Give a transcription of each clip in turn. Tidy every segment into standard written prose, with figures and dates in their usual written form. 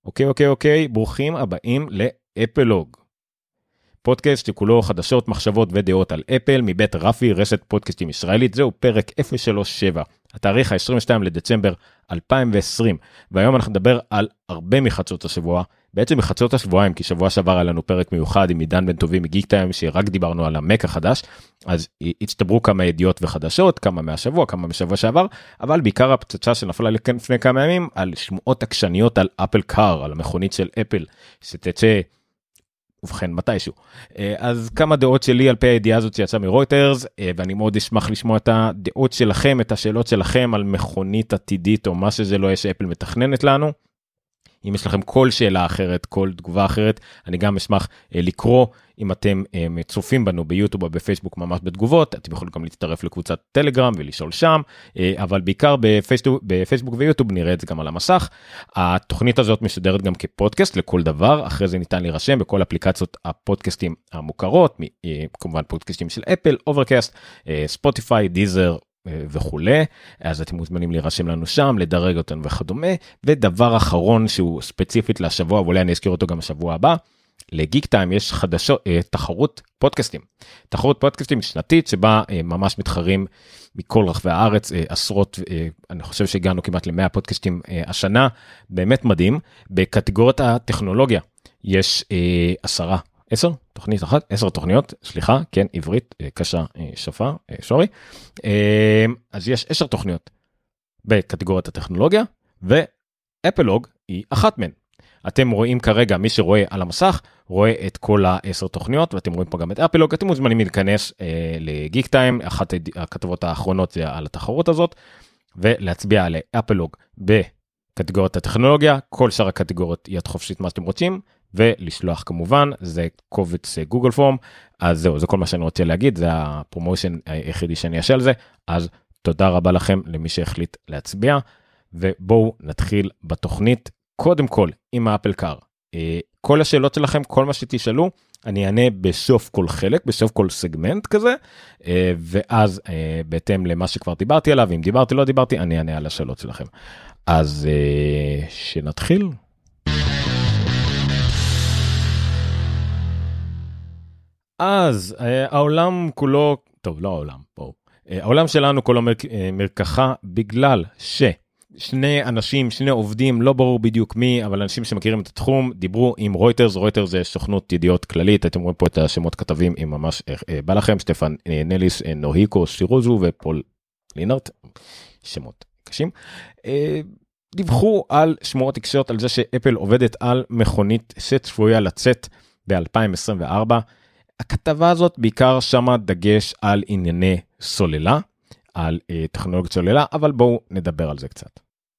אוקיי, ברוכים הבאים לאפלוג. פודקאסט שכולו חדשות, מחשבות ודעות על אפל, מבית רפי, רשת פודקאסטים ישראלית. זהו פרק 037, התאריך ה-22 לדצמבר 2020, והיום אנחנו נדבר על הרבה מחדשות השבוע, בעצם מחדשות השבועיים, כי שבוע שעבר היה לנו פרק מיוחד עם עידן בן טובים מגיק טיים, שרק דיברנו על המק החדש, אז הצטברו כמה ידיעות וחדשות, כמה מהשבוע, כמה משבוע שעבר, אבל בעיקר הפצצה שנפלה לפני כמה ימים, על שמועות עקשניות על אפל קאר, על המכונית של אפל, שתצא ובכן מתישהו. אז כמה דעות שלי על פי הידיעה הזאת שיצאה מרויטרס, ואני מאוד אשמח לשמוע את הדעות שלכם, את השאלות שלכם על מכונית עתידית או מה שזה לא יהיה שאפל מתכננת לנו. אם יש לכם כל שאלה אחרת, כל תגובה אחרת, אני גם אשמח לקרוא. אם אתם צופים בנו ביוטיוב או בפייסבוק ממש בתגובות, אתם יכולים גם להצטרף לקבוצת טלגרם ולשאול שם, אבל בעיקר בפייסבוק ויוטיוב נראה את זה גם על המסך. התוכנית הזאת משודרת גם כפודקאסט לכל דבר, אחרי זה ניתן להירשם בכל אפליקציות הפודקאסטים המוכרות, כמובן פודקאסטים של אפל, אוברקאסט, ספוטיפיי, דיזר, וכולי. אז אתם מוזמנים להירשם לנו שם, לדרג אותנו וכדומה. ודבר אחרון שהוא ספציפית לשבוע, ואולי אני אזכיר אותו גם השבוע הבא, לגיק טיים יש תחרות פודקאסטים. תחרות פודקאסטים שנתית שבה ממש מתחרים מכל רחבי הארץ, עשרות, אני חושב שהגענו כמעט ל100 פודקאסטים השנה, באמת מדהים. בקטגוריית הטכנולוגיה יש 10 תוכניות, סליחה, כן, עברית, קשה, שפה, שורי. אז יש 10 תוכניות בקטגוריית הטכנולוגיה, ואפלוג היא אחת מהן. אתם רואים כרגע, מי שרואה על המסך, רואה את כל 10 תוכניות, ואתם רואים פה גם את אפלוג. אתם מוזמנים להיכנס לגיק טיים, אחת הכתבות האחרונות זה על התחרות הזאת, ולהצביע על אפלוג בקטגוריית הטכנולוגיה. כל שאר הקטגוריות יד חופשית מה שאתם רוצים, ולשלוח כמובן, זה קובץ גוגל פורם. אז זהו, זה כל מה שאני רוצה להגיד, זה הפרומושן היחידי שאני אעשה על זה. אז תודה רבה לכם למי שהחליט להצביע, ובואו נתחיל בתוכנית. קודם כל עם האפל קאר, כל השאלות שלכם, כל מה שתשאלו, אני אענה בסוף כל חלק, בסוף כל סגמנט כזה, ואז בהתאם למה שכבר דיברתי עליו, אם דיברתי לא דיברתי, אני אענה על השאלות שלכם. אז שנתחיל. אז העולם כולו, טוב, לא העולם, פה. העולם שלנו כולו מרקחה בגלל שני אנשים, שני עובדים, לא ברור בדיוק מי, אבל אנשים שמכירים את התחום, דיברו עם רויטרס. רויטרס זה סוכנות ידיעות כללית, אתם רואים פה את השמות כתבים, אם ממש בא לכם, סטפן נליס, נוהיקו, שירוזו ופול לינארט, שמות קשים. דיווחו על שמועות תקשורת על זה שאפל עובדת על מכונית שצפויה לצאת ב-2024, הכתבה הזאת בעיקר שמה דגש על ענייני סוללה, על טכנולוגיות סוללה, אבל בואו נדבר על זה קצת.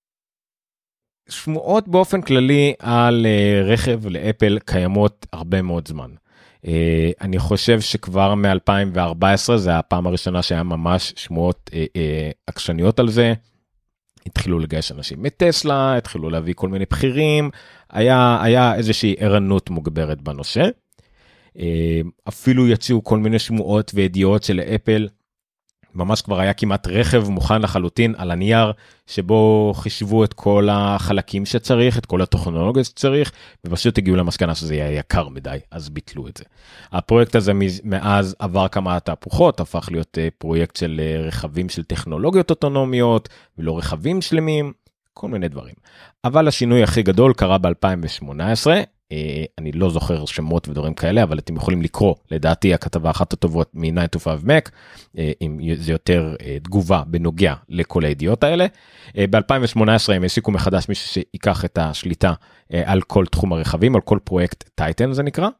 שמועות באופן כללי על רכב לאפל קיימות הרבה מאוד זמן. אני חושב שכבר מ-2014, זה הפעם הראשונה שהיה ממש שמועות עקשניות על זה, התחילו לגייס אנשים מטסלה, התחילו להביא כל מיני בכירים, היה איזושהי ערנות מוגברת בנושא. אפילו יצאו כל מיני שמועות וידיעות של אפל, ממש כבר היה כמעט רכב מוכן לחלוטין על הנייר, שבו חישבו את כל החלקים שצריך, את כל הטכנולוגיה שצריך, ופשוט הגיעו למסקנה שזה יהיה יקר מדי, אז ביטלו את זה. הפרויקט הזה מאז עבר כמה תהפוכות, הפך להיות פרויקט של רכבים של טכנולוגיות אוטונומיות, ולא רכבים שלמים, כל מיני דברים. אבל השינוי הכי גדול קרה ב-2018, אני לא זוכר שמות ודברים כאלה, אבל אתם יכולים לקרוא, לדעתי הכתבה אחת הטובות מ-9 to 5 Mac, אם זה יותר תגובה בנוגע לכל הידיעות האלה. ב-2018 הם הסיקו מחדש מישהו שיקח את השליטה על כל תחום הרכבים, על כל פרויקט טייטן זה נקרא.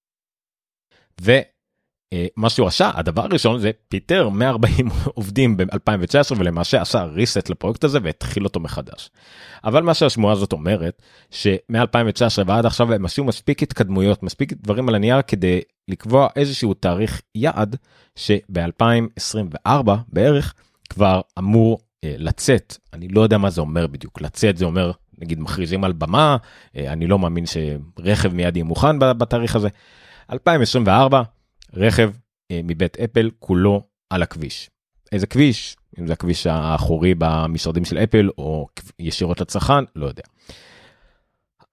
ומה שהוא עשה, הדבר הראשון זה פיטר 140 עובדים ב-2019, ולמעשה עשה ריסט לפרויקט הזה והתחיל אותו מחדש. אבל מה שהשמועה הזאת אומרת, שמ-2019 ועד עכשיו הם עשו מספיק התקדמויות, מספיק דברים על הנייר, כדי לקבוע איזשהו תאריך יעד, שב-2024 בערך כבר אמור לצאת. אני לא יודע מה זה אומר בדיוק, לצאת זה אומר, נגיד מכריזים על במה, אני לא מאמין שרכב מיד יהיה מוכן בתאריך הזה. 2024, רכב מבית אפל כולו על הכביש. איזה כביש? אם זה הכביש האחורי במשרדים של אפל, או ישירות לצרכן, לא יודע.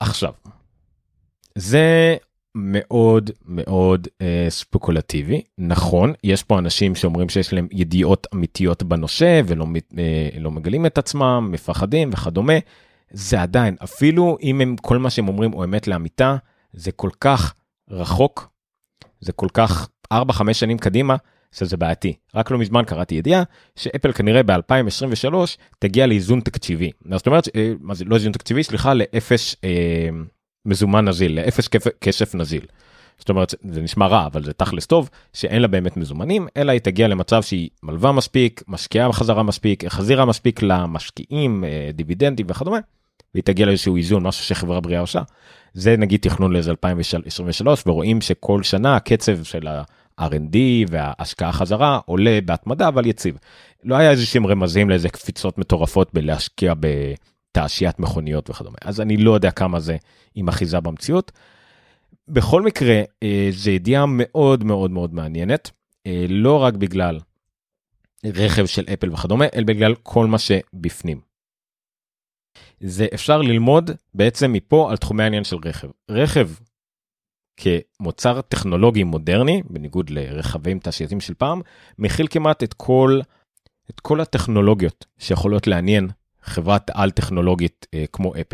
עכשיו, זה מאוד מאוד ספקולטיבי, נכון, יש פה אנשים שאומרים שיש להם ידיעות אמיתיות בנושא, ולא לא מגלים את עצמם, מפחדים וכדומה, זה עדיין, אפילו אם הם, כל מה שהם אומרים הוא אמת לאמיתה, זה כל כך רחוק, זה כל כך 4-5 שנים קדימה, שזה בעייתי. רק לא מזמן קראתי ידיעה, שאפל כנראה ב-2023 תגיע לאיזון תקציבי. זאת אומרת, מה זה, לא איזון תקציבי, סליחה, לאפס מזומן נזיל, לאפס כסף נזיל. זאת אומרת, זה נשמע רע, אבל זה תכלס טוב, שאין לה באמת מזומנים, אלא היא תגיע למצב שהיא מלווה מספיק, משקיעה בחזרה מספיק, חזירה מספיק למשקיעים, דיבידנדים וכדומה, והיא תגיע לאיזשהו איזון, משהו שחברה בריאה עושה. זה נגיד תכנון לאיזה 2023, ורואים שכל שנה הקצב של ה-R&D וההשקעה חזרה עולה בהתמדה, אבל יציב. לא היה איזשהם רמזים לאיזה קפיצות מטורפות בלהשקיע בתעשיית מכוניות וכדומה. אז אני לא יודע כמה זה עם אחיזה במציאות. בכל מקרה, זו ידיעה מאוד מאוד מאוד מעניינת, לא רק בגלל רכב של אפל וכדומה, אלא בגלל כל מה שבפנים. זה אפשר ללמוד בעצם מפה על תחומי העניין של רכב. רכב כמוצר טכנולוגי מודרני, בניגוד לרכבים תעשייתיים של פעם, מכיל כמעט את כל הטכנולוגיות שיכולות לעניין חברת על טכנולוגית כמו אפל.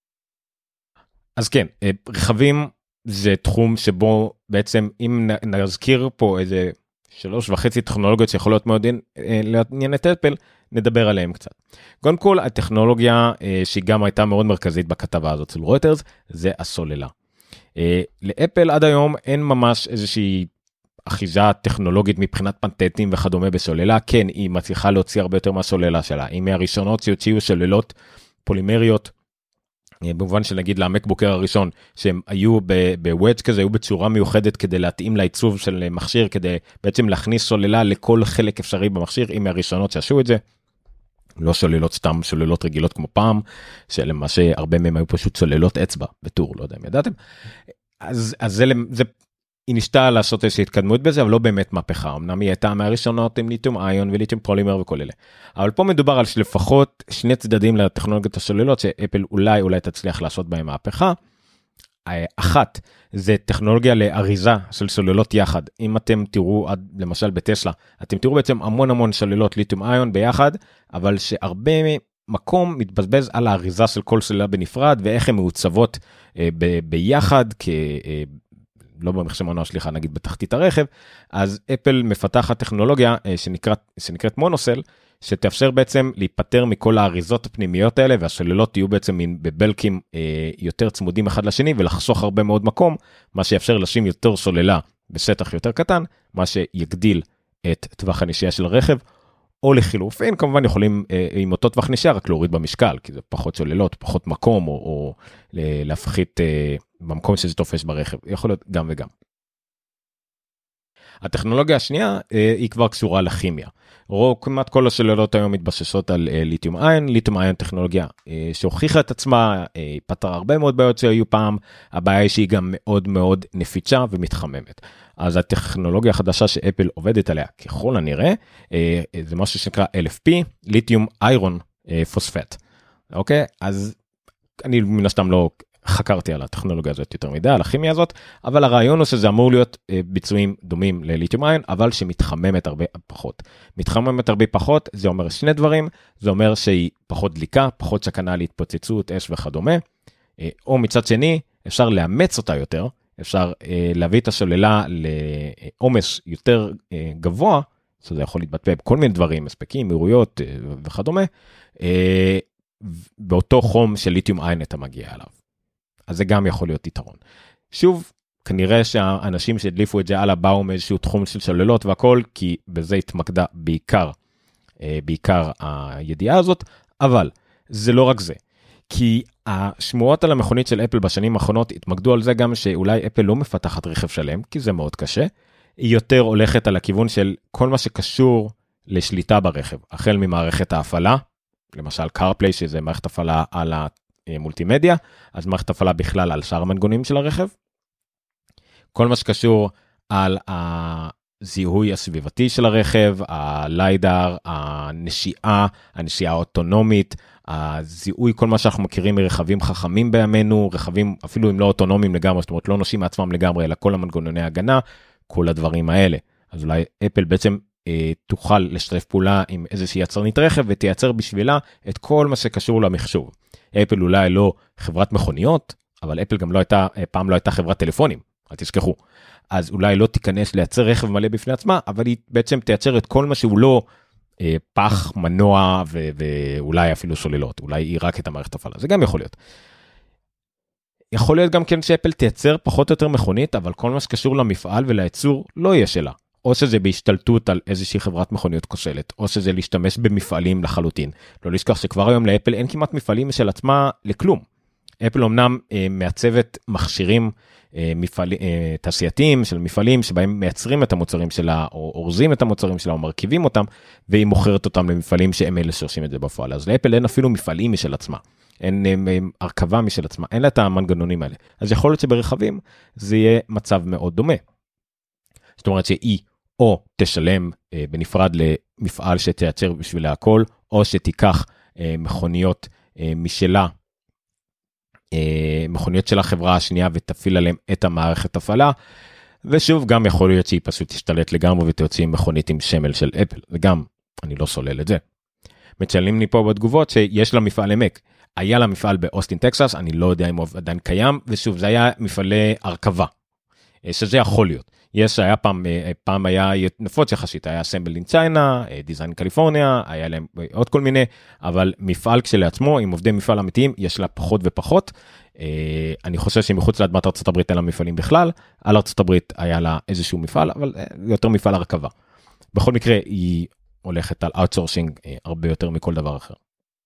אז כן, רכבים זה תחום שבו בעצם אם נזכיר פה איזה 3.5 טכנולוגיות שיכולות מאוד לעניין את אפל, נדבר עליהם קצת. קודם כל, הטכנולוגיה שהיא גם הייתה מאוד מרכזית בכתבה הזאת של רויטרס, זה הסוללה. לאפל עד היום אין ממש איזושהי אחיזה טכנולוגית מבחינת פטנטים וכדומה בסוללה, כן, היא מצליחה להוציא הרבה יותר מהסוללה שלה, היא מהראשונות שיוציאו סוללות פולימריות, במובן שנגיד למקבוקר הראשון, שהם היו בוודג' כזה, היו בצורה מיוחדת כדי להתאים לעיצוב של מכשיר, כדי בעצם להכניס סוללה לכל חלק אפשרי במכשיר, עם הראשונות שעשו את זה, לא סוללות סתם, סוללות רגילות כמו פעם, שלמעשה הרבה מהם היו פשוט סוללות אצבע, בטור, לא יודע אם ידעתם. אז היא ניסתה לעשות איזושהי התקדמות בזה, אבל לא באמת מהפכה. אמנם היא הייתה מהראשונות עם ליתיום איון וליתיום פולימר וכל אלה. אבל פה מדובר על לפחות שני צדדים לטכנולוגיות הסוללות, שאפל אולי תצליח לעשות בהם מהפכה. אחת, זה טכנולוגיה לאריזה של סוללות יחד. אם אתם תראו, למשל בטסלה, אתם תראו בעצם המון סוללות ליתיום איון ביחד, אבל שהרבה מקום מתבזבז על האריזה של כל סוללה בנפרד, ואיך הן מעוצבות ביחד לא במחשב מנוע שליחה, נגיד בתחתית הרכב, אז אפל מפתחת טכנולוגיה שנקראת מונוסל, שתאפשר בעצם להיפטר מכל האריזות הפנימיות האלה, והסוללות יהיו בעצם בבלקים יותר צמודים אחד לשני, ולחסוך הרבה מאוד מקום, מה שיאפשר לשים יותר סוללה בשטח יותר קטן, מה שיגדיל את טווח הנשייה של הרכב, או לחילופין, כמובן יכולים עם אותו טווח נשייה רק להוריד במשקל, כי זה פחות סוללות, פחות מקום, או להפחית במקום שזה תופס ברכב, יכול להיות גם וגם. הטכנולוגיה השנייה היא כבר קשורה לכימיה. כמעט כל הסוללות היום מתבססות על ליתיום איון, ליתיום איון טכנולוגיה שהוכיחה את עצמה, פתרה הרבה מאוד בעיות שהיו פעם, הבעיה היא שהיא גם מאוד מאוד נפיצה ומתחממת. אז הטכנולוגיה החדשה שאפל עובדת עליה, ככל הנראה, זה משהו שנקרא LFP, ליתיום איירון פוספט. אוקיי? אז אני מן הסתם לא חקרתי על הטכנולוגיה הזאת יותר מדי, על הכימיה הזאת, אבל הרעיון הוא שזה אמור להיות ביצועים דומים לליתיום איון, אבל שמתחממת הרבה פחות. מתחממת הרבה פחות, זה אומר שני דברים, זה אומר שהיא פחות דליקה, פחות סכנה להתפוצצות, אש וכדומה, או מצד שני, אפשר לאמץ אותה יותר, אפשר להביא את הסוללה לעומס יותר גבוה, שזה יכול להתבטא בכל מיני דברים, הספקים, מהירויות וכדומה, באותו חום של ליתיום איון אתה מגיע אליו. אז זה גם יכול להיות יתרון. שוב, כנראה שהאנשים שהדליפו את זה הלאה באו מאיזשהו תחום של סוללות והכל, כי בזה התמקדה בעיקר הידיעה הזאת, אבל זה לא רק זה. כי השמועות על המכונית של אפל בשנים האחרונות התמקדו על זה גם שאולי אפל לא מפתחת רכב שלם, כי זה מאוד קשה. היא יותר הולכת על הכיוון של כל מה שקשור לשליטה ברכב, החל ממערכת ההפעלה, למשל CarPlay, שזה מערכת הפעלה על מולטימדיה, אז מערכת הפעלה בכלל על שאר המנגונים של הרכב. כל מה שקשור על הזיהוי הסביבתי של הרכב, הליידר, הנשיאה האוטונומית, הזיהוי, כל מה שאנחנו מכירים מרכבים חכמים בימינו, רכבים אפילו אם לא אוטונומיים לגמרי, זאת אומרת לא נוסעים מעצמם לגמרי, אלא כל המנגנוני הגנה, כל הדברים האלה. אז אולי אפל בעצם תוכל לשתף פעולה עם איזושהי יצרנית רכב, ותייצר בשבילה את כל מה שקשור למחשוב. אפל אולי לא חברת מכוניות, אבל אפל גם פעם לא הייתה חברת טלפונים, אל תשכחו. אז אולי לא תיכנס לייצר רכב מלא בפני עצמה, אבל היא בעצם תייצר את כל מה שהוא לא פח, מנוע ואולי אפילו סוללות, אולי היא רק את המערכת הפעלה, זה גם יכול להיות. יכול להיות גם כן שאפל תייצר פחות או יותר מכונית, אבל כל מה שקשור למפעל ולייצור לא יהיה שלה. או שזה בהשתלטות על איזושהי חברת מכוניות כושלת, או שזה להשתמש במפעלים לחלוטין. לא לשכח שכבר היום לאפל אין כמעט מפעלים של עצמה לכלום. אפל אמנם מעצבת מכשירים תעשייתיים של מפעלים שבהם מייצרים את המוצרים שלה, או אורזים את המוצרים שלה, או מרכיבים אותם, והיא מוכרת אותם למפעלים שהם אלה שעושים את זה בפועל. אז לאפל אין אפילו מפעלים משל עצמה. אין הרכבה משל עצמה, אין לה את המנגנונים האלה. אז יכול להיות שברכבים זה יהיה מצב מאוד דומה. זאת אומרת שהיא או תשלם בנפרד למפעל שתייצר בשבילה הכל, או שתיקח מכוניות משלה, מכוניות של החברה השנייה ותפעיל עליהם את המערכת הפעלה, ושוב גם יכול להיות שהיא פשוט תשתלט לגמרי ותוציא מכונית עם שמל של אפל, וגם אני לא סולל את זה. מצ'לים לי פה בתגובות שיש לה מפעל עמק, היה לה מפעל באוסטין טקסס, אני לא יודע אם הוא עדיין קיים, ושוב זה היה מפעלי הרכבה, שזה יכול להיות. היה פעם היה נפוץ יחסית, היה אסמבל אין צ'יינה, דיזיין קליפורניה, היה להם עוד כל מיני, אבל מפעל כשלעצמו, עם עובדי מפעל אמיתיים, יש לה פחות ופחות. אני חושב שמחוץ לאדמת ארצות הברית אין לה מפעלים בכלל, על ארצות הברית היה לה איזשהו מפעל, אבל יותר מפעל הרכבה. בכל מקרה, היא הולכת על אאוטסורסינג הרבה יותר מכל דבר אחר.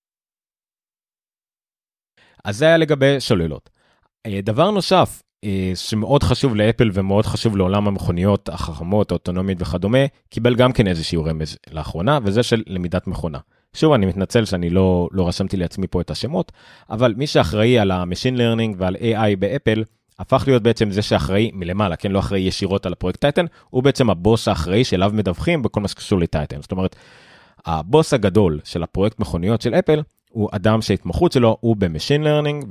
אז זה היה לגבי סוללות. דבר נוסף, שמאוד חשוב לאפל ומאוד חשוב לעולם המכוניות החכמות, האוטונומית וכדומה, קיבל גם כן איזשהו רמז לאחרונה, וזה של למידת מכונה. שוב, אני מתנצל שאני לא רשמתי לעצמי פה את השמות, אבל מי שאחראי על ה-Machine Learning ועל AI באפל, הפך להיות בעצם זה שאחראי מלמעלה, כן, לא אחראי ישירות על הפרויקט טייטן, הוא בעצם הבוס האחראי שאליו מדווחים בכל מה שקשור לטייטן. זאת אומרת, הבוס הגדול של הפרויקט מכוניות של אפל, הוא אדם שההתמחות שלו הוא ב-Machine Learning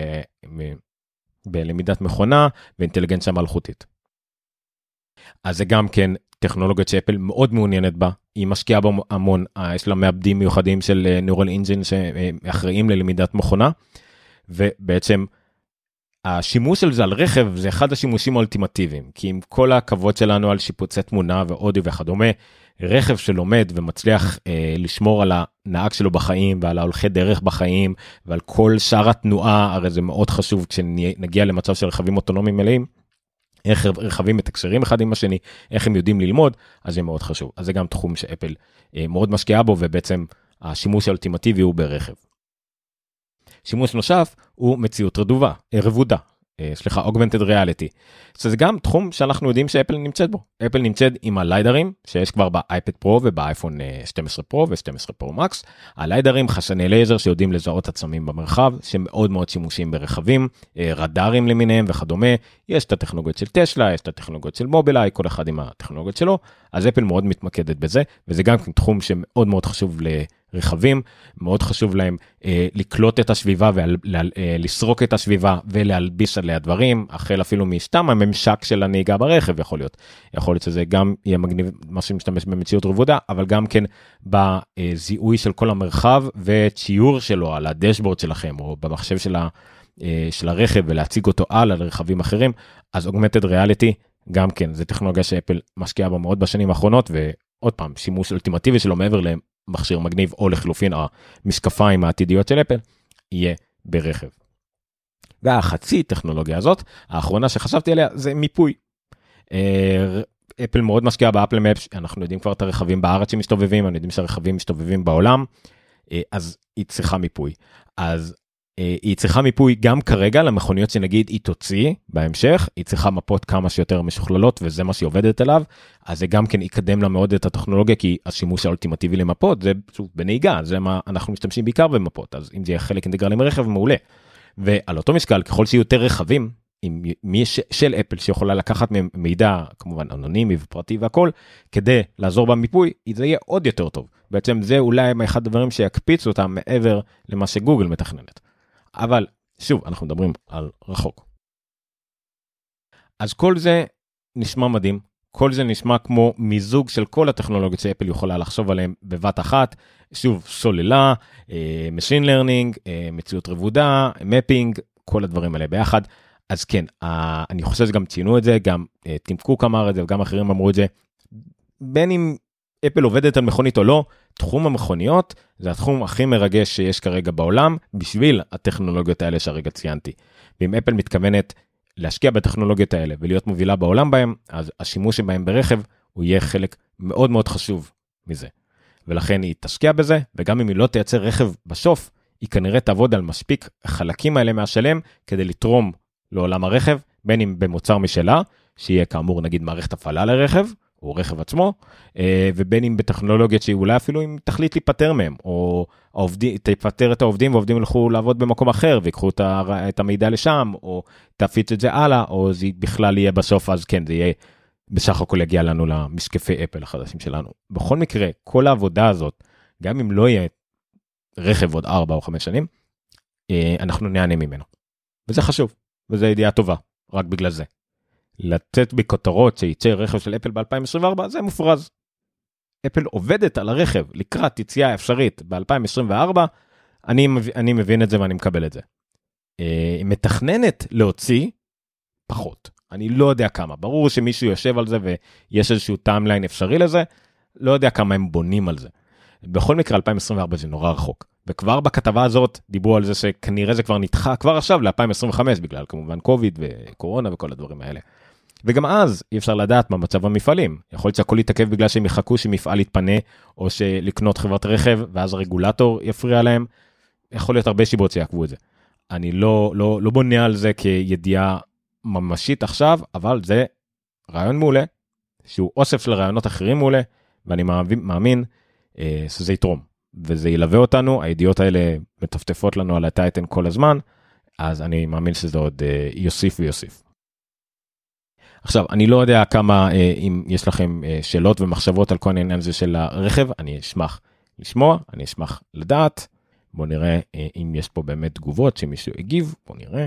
בלמידת מכונה ואינטליגנציה מלאכותית. אז זה גם כן טכנולוגיות שאפל מאוד מעוניינת בה, היא משקיעה בה המון, יש לה מעבדים מיוחדים של Neural Engine שאחראים ללמידת מכונה, ובעצם השימוש של זה על רכב זה אחד השימושים האולטימטיביים, כי עם כל הכבוד שלנו על שיפוצי תמונה ואודיו וכדומה, רכב שלומד ומצליח לשמור על הנהג שלו בחיים ועל ההולכי דרך בחיים ועל כל שאר התנועה, הרי זה מאוד חשוב כשנגיע למצב של רכבים אוטונומיים מלאים, איך רכבים מתקשרים אחד עם השני, איך הם יודעים ללמוד, אז זה מאוד חשוב. אז זה גם תחום שאפל מאוד משקיעה בו, ובעצם השימוש האולטימטיבי הוא ברכב. שימוש נוסף הוא מציאות רבודה. Augmented Reality. זה גם תחום שאנחנו יודעים שאפל נמצאת בו. אפל נמצאת עם הליידרים, שיש כבר באייפד פרו ובאייפון 12 פרו ו-12 פרו מקס. הליידרים חשני לייזר שיודעים לזהות עצמים במרחב, שמאוד מאוד שימושים ברכבים, רדארים למיניהם וכדומה. יש את הטכנולוגיות של טסלה, יש את הטכנולוגיות של מובילאיי, כל אחד עם הטכנולוגיות שלו. אז אפל מאוד מתמקדת בזה, וזה גם תחום שמאוד מאוד חשוב רכבים, מאוד חשוב להם לקלוט את הסביבה ולסרוק את הסביבה ולהלביש עליה דברים, החל אפילו מסתם הממשק של הנהיגה ברכב יכול להיות שזה גם יהיה מגניב מה שמשתמש במציאות רבודה, אבל גם כן בזיהוי של כל המרחב וציור שלו על הדשבורד שלכם או במחשב של הרכב ולהציג אותו על רכבים אחרים, אז Augmented Reality גם כן, זה טכנולוגיה שאפל משקיעה בה מאוד בשנים האחרונות, ועוד פעם, שימוש אולטימטיבי שלו מעבר למכשיר מגניב, או לחלופין המשקפיים העתידיות של אפל, יהיה ברכב. והחצי טכנולוגיה הזאת, האחרונה שחשבתי עליה, זה מיפוי. אפל מאוד משקיעה באפל מפס, אנחנו יודעים כבר את הרכבים בארץ שמסתובבים, אנחנו יודעים שהרכבים מסתובבים בעולם, אז היא צריכה מיפוי. אז היא צריכה מיפוי גם כרגע למכוניות שנגיד היא תוציא בהמשך, היא צריכה מפות כמה שיותר משוכללות וזה מה שהיא עובדת עליו, אז זה גם כן יקדם לה מאוד את הטכנולוגיה, כי השימוש האולטימטיבי למפות זה שוב בנהיגה, זה מה אנחנו משתמשים בעיקר במפות, אז אם זה יהיה חלק אינטגרלי מרכב מעולה. ועל אותו משקל, ככל שיהיו יותר רכבים, של אפל שיכולה לקחת מידע כמובן אנונימי ופרטי והכל, כדי לעזור במיפוי, זה יהיה עוד יותר טוב. בעצם זה אולי אחד הדברים שיקפיצו אותם מעבר למה שגוגל מתכננת. אבל שוב, אנחנו מדברים על רחוק. אז כל זה נשמע מדהים, כל זה נשמע כמו מיזוג של כל הטכנולוגיות שאפל יכולה לחשוב עליהן בבת אחת, שוב, סוללה, Machine Learning, מציאות רבודה, Mapping, כל הדברים האלה ביחד. אז כן, אני חושב שגם ציינו את זה, גם טים קוק אמר את זה, וגם אחרים אמרו את זה, בין אם אפל עובדת על מכונית או לא, תחום המכוניות זה התחום הכי מרגש שיש כרגע בעולם, בשביל הטכנולוגיות האלה שהרגע ציינתי. ואם אפל מתכוונת להשקיע בטכנולוגיות האלה, ולהיות מובילה בעולם בהם, אז השימוש בהם ברכב, הוא יהיה חלק מאוד מאוד חשוב מזה. ולכן היא תשקיע בזה, וגם אם היא לא תייצר רכב בשוף, היא כנראה תעבוד על מספיק חלקים האלה מהשלם, כדי לתרום לעולם הרכב, בין אם במוצר משלה, שיהיה כאמור נגיד מערכת הפעלה לרכב, או רכב עצמו, ובין אם בטכנולוגיות שהיא אולי אפילו אם תחליט להיפטר מהם, או תפטר את העובדים, ועובדים ילכו לעבוד במקום אחר, ויקחו את המידע לשם, או תפיץ את זה הלאה, או זה בכלל יהיה בסוף, אז כן, זה יהיה בסך הכל יגיע לנו למשקפי אפל החדשים שלנו. בכל מקרה, כל העבודה הזאת, גם אם לא יהיה רכב עוד 4 או 5 שנים, אנחנו נענה ממנו. וזה חשוב, וזו ידיעה טובה, רק בגלל זה. לצאת בכותרות שיצא רכב של אפל ב-2024, זה מופרז. אפל עובדת על הרכב לקראת יציאה אפשרית ב-2024, אני מבין את זה ואני מקבל את זה. היא מתכננת להוציא פחות. אני לא יודע כמה. ברור שמישהו יושב על זה ויש איזשהו טיימליין אפשרי לזה, לא יודע כמה הם בונים על זה. בכל מקרה 2024 זה נורא רחוק. וכבר בכתבה הזאת דיברו על זה שכנראה זה כבר נדחה כבר עכשיו ל-2025, בגלל כמובן קוביד וקורונה וכל הדברים האלה. וגם אז אי אפשר לדעת מה מצב המפעלים. יכול להיות שהכל יתעכב בגלל שהם יחכו שמפעל יתפנה, או שלקנות חברת רכב, ואז הרגולטור יפריע להם. יכול להיות הרבה שיבות שיעקבו את זה. אני לא בונה על זה כידיעה ממשית עכשיו, אבל זה רעיון מעולה, שהוא אוסף של רעיונות אחרים מעולה, ואני מאמין שזה יתרום. וזה ילווה אותנו, הידיעות האלה מטפטפות לנו על הטייטן כל הזמן, אז אני מאמין שזה עוד יוסיף ויוסיף. עכשיו, אני לא יודע כמה, אם יש לכם שאלות ומחשבות על כל העניין הזה של הרכב, אני אשמח לשמוע, אני אשמח לדעת, בואו נראה אם יש פה באמת תגובות שמישהו הגיב, בואו נראה.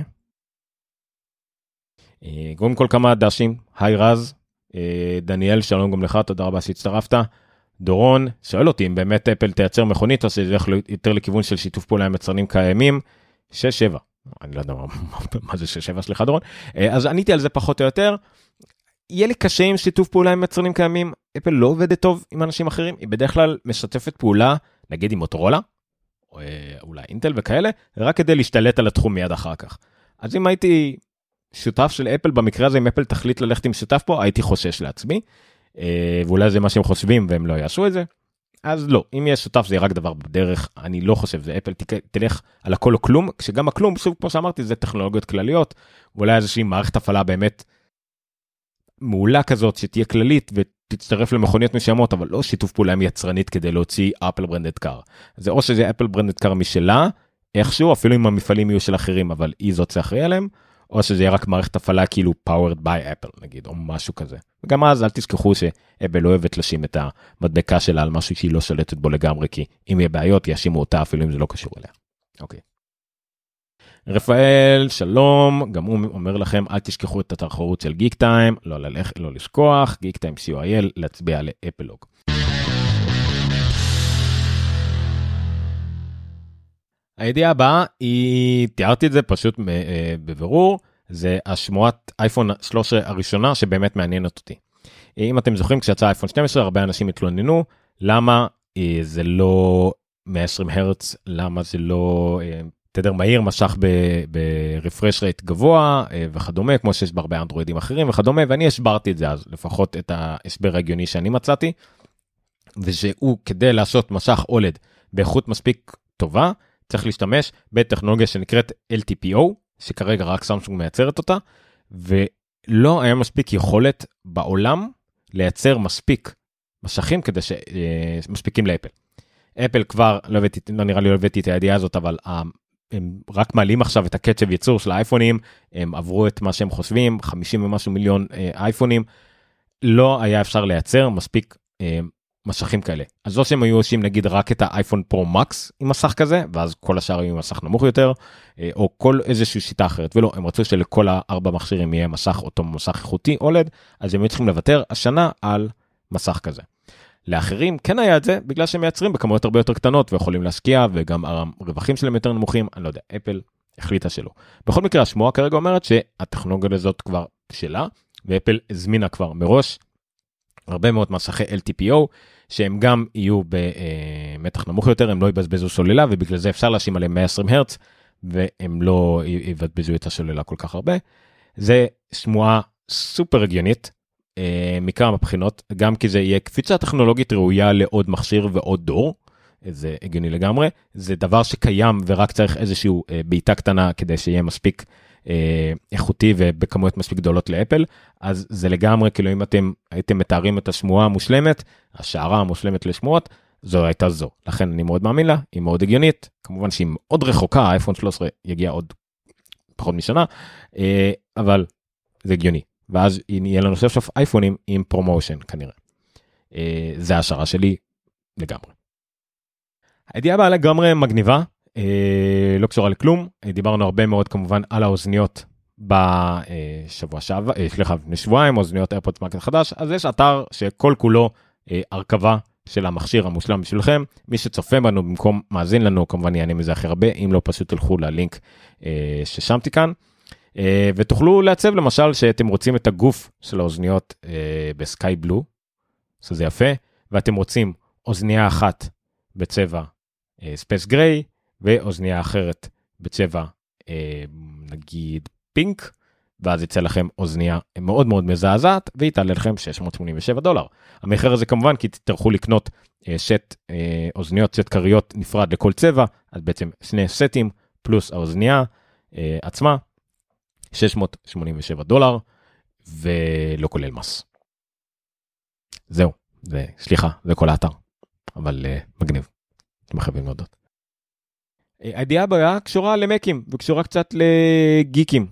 קודם כל כמה דשים, היי רז, דניאל, שלום גם לך, תודה רבה שהצטרפת. דורון, שואל אותי אם באמת אפל תייצר מכונית, או שזה יכול יותר לכיוון של שיתוף פעולה עם יצרנים קיימים, 6-7. אני לא יודע מה זה 6-7, סליחה דורון. אז עניתי על זה פחות או יותר. יהיה לי קשה עם שיתוף פעולה עם יצרנים קיימים. אפל לא עובדת טוב עם אנשים אחרים. היא בדרך כלל משתפת פעולה, נגיד עם מוטורולה, או אולי אינטל וכאלה, רק כדי להשתלט על התחום מיד אחר כך. אז אם הייתי שותף של אפל, במקרה הזה אם אפל תחליט ללכת עם שותף פה, הייתי חושש לעצמי. ואולי זה מה שהם חושבים והם לא יעשו את זה. אז לא, אם יש שותף זה יהיה רק דבר בדרך, אני לא חושב, זה אפל תלך על הכל או כלום, כשגם הכלום, שוב כמו שאמרתי, זה טכנולוגיות כלליות, ואולי איזושהי מערכת הפעלה באמת מעולה כזאת, שתהיה כללית ותצטרף למכוניות משמעות, אבל לא שיתוף פעולה עם יצרנית כדי להוציא אפל ברנדד קאר. זה או שזה אפל ברנדד קאר משלה, איכשהו, אפילו אם המפעלים יהיו של אחרים, אבל היא זאת שאחראי עליהם, או שזה יהיה רק מערכת הפעלה כאילו powered by Apple, נגיד, או משהו כזה. וגם אז אל תזכחו שאפל לא אוהבת לשים את המדבקה שלה על משהו שהיא לא שולטת בו לגמרי, כי אם יהיה בעיות, יאשימו אותה אפילו אם זה לא קשור אליה. אוקיי. רפאל, שלום, גם הוא אומר לכם, אל תשכחו את התחרות של גיק טיים, לא לשכוח, גיק טיים co.il, להצביע לאפלוג. הידיעה הבאה היא, תיארתי את זה פשוט בבירור, זה השמועת אייפון 13 הראשונה שבאמת מעניינת אותי. אם אתם זוכרים, כשיצא אייפון 12, הרבה אנשים התלוננו, למה זה לא 120 הרץ, למה זה לא תדר מהיר, משך ברפרש רייט גבוה וכדומה, כמו שיש בהרבה אנדרואידים אחרים וכדומה, ואני הסברתי את זה אז, לפחות את ההסבר ההגיוני שאני מצאתי, ושהוא כדי לעשות משך אולד באיכות מספיק טובה, צריך להשתמש בטכנולוגיה שנקראת LTPO, שכרגע רק סמסונג מייצרת אותה, ולא היה מספיק יכולת בעולם לייצר מספיק משכים כדי שמספיקים לאפל. אפל כבר, לא נראה לי לא הבאתי את הידיעה הזאת, אבל הם רק מעלים עכשיו את הקצב ייצור של האייפונים, הם עברו את מה שהם חושבים, 50 ומשהו מיליון אייפונים, לא היה אפשר לייצר מספיק משכים כאלה. אז לא שהם היו עושים נגיד רק את האייפון פרו מקס עם מסך כזה, ואז כל השאר היו עם מסך נמוך יותר, או כל איזושהי שיטה אחרת, ולא, הם רצו שלכל 4 מכשירים יהיה מסך, אותו מסך איכותי, אולד, אז הם היו צריכים לוותר השנה על מסך כזה. לאחרים כן היה את זה, בגלל שהם מייצרים בכמויות הרבה יותר קטנות, ויכולים להשקיע, וגם הרווחים שלהם יותר נמוכים, אני לא יודע, אפל החליטה שלא. בכל מקרה, השמועה כרגע אומרת שהטכנולוגיה הזאת כבר שלה, ואפל הזמינה כבר מראש, הרבה מאוד מסכי LTPO, שהם גם יהיו במתח נמוך יותר, הם לא יבזבזו סוללה, ובגלל זה אפשר להשים עליהם 120 הרץ, והם לא יבזבזו את הסוללה כל כך הרבה. זה שמועה סופר הגיונית, מכמה מבחינות, גם כי זה יהיה קפיצה טכנולוגית ראויה לעוד מכשיר ועוד דור, זה הגיוני לגמרי, זה דבר שקיים ורק צריך איזשהו בעיטה קטנה כדי שיהיה מספיק איכותי ובכמויות מספיק גדולות לאפל, אז זה לגמרי, כאילו אם אתם הייתם מתארים את השמועה המושלמת, השערה המושלמת לשמועות, זו הייתה זו. לכן אני מאוד מאמין לה, היא מאוד הגיונית, כמובן שהיא מאוד רחוקה, האייפון 13 יגיע עוד פחות משנה, אבל זה הגיוני. ואז יהיה לנו סוף אייפונים עם פרומושן כנראה. זה השערה שלי לגמרי. הידיעה הבאה לגמרי מגניבה, לא קשורה לכלום, דיברנו הרבה מאוד כמובן על האוזניות בשבוע שעבר, לפני שבועיים, אוזניות איירפודס מאקס חדש, אז יש אתר שכל כולו הרכבה של המכשיר המושלם בשבילכם, מי שצופה בנו במקום מאזין לנו, כמובן יענה מזה הכי הרבה, אם לא פשוט תלכו ללינק ששמתי כאן, ותוכלו לעצב למשל שאתם רוצים את הגוף של האוזניות בסקאי בלו, שזה יפה, ואתם רוצים אוזנייה אחת בצבע ספייס גריי, ואוזנייה אחרת בצבע נגיד פינק, ואז יצא לכם אוזנייה מאוד מאוד מזעזעת, והיא תעלה לכם $687. המחיר הזה כמובן כי תצטרכו לקנות שט אוזניות, שט קריות נפרד לכל צבע, אז בעצם 2 סטים פלוס האוזנייה עצמה, $687, ולא כולל מס. זהו, סליחה, זה כל האתר, אבל מגניב, אתם חייבים להודות. הידיעה הבאה קשורה למקים, וקשורה קצת לגיקים.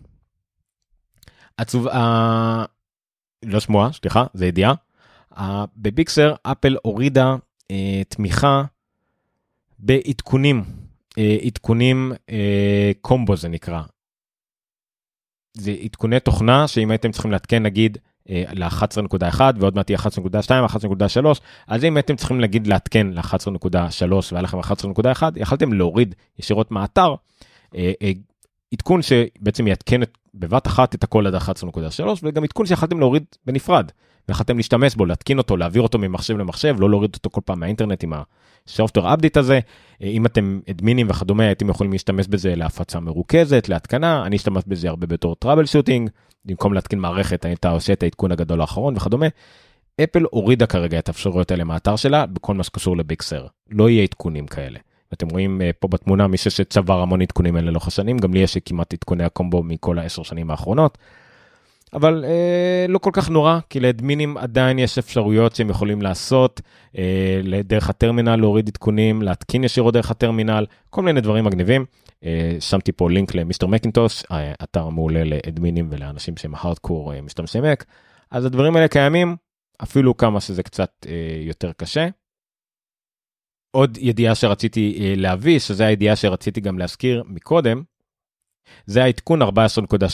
לא שמועה, סליחה, זה ידיעה. בביקסר, אפל הורידה תמיכה בעדכונים, עדכונים קומבו זה נקרא. זה עדכוני תוכנה שאם הייתם צריכים להתקן נגיד ל-11.1 ועוד מעט תהיה 11.2, 11.3, אז אם הייתם צריכים להגיד להתקן ל-11.3 והיה לכם 11.1, יכלתם להוריד ישירות מהאתר, עדכון שבעצם יתקן בבת אחת את הכל עד 11.3, וגם עדכון שיכלתם להוריד בנפרד, ויכלתם להשתמש בו, להתקין אותו, להעביר אותו ממחשב למחשב, לא להוריד אותו כל פעם מהאינטרנט עם הסופטוור אפדייט הזה. אם אתם אדמינים וכדומה, הייתם יכולים להשתמש בזה להפצה מרוכזת, להתקנה, אני אשתמש בזה הרבה בתור טראבל שוטינג, במקום להתקין מערכת, אתה עושה את העדכון הגדול האחרון וכדומה. אפל הורידה כרגע את האפשרויות האלה מהאתר שלה, בכל מה שקשור לביקסר. לא יהיה עדכונים כאלה. אתם רואים פה בתמונה, מי שצבר המון עדכונים האלה לאורך השנים, גם לי יש כמעט עדכוני הקומבו מכל 10 שנים האחרונות, אבל לא כל כך נורא, כי לאדמינים עדיין יש אפשרויות שהם יכולים לעשות, דרך הטרמינל להוריד עדכונים, להתקין ישירות דרך הטרמינל, כל מיני דברים מגניבים. שמתי פה לינק למיסטר מקינטוש, אתר מעולה לאדמינים ולאנשים שהם הארדקור משתמשי מק, אז הדברים האלה קיימים, אפילו כמה שזה קצת יותר קשה. עוד ידיעה שרציתי להביא, שזה הידיעה שרציתי גם להזכיר מקודם, זה העדכון 14.3,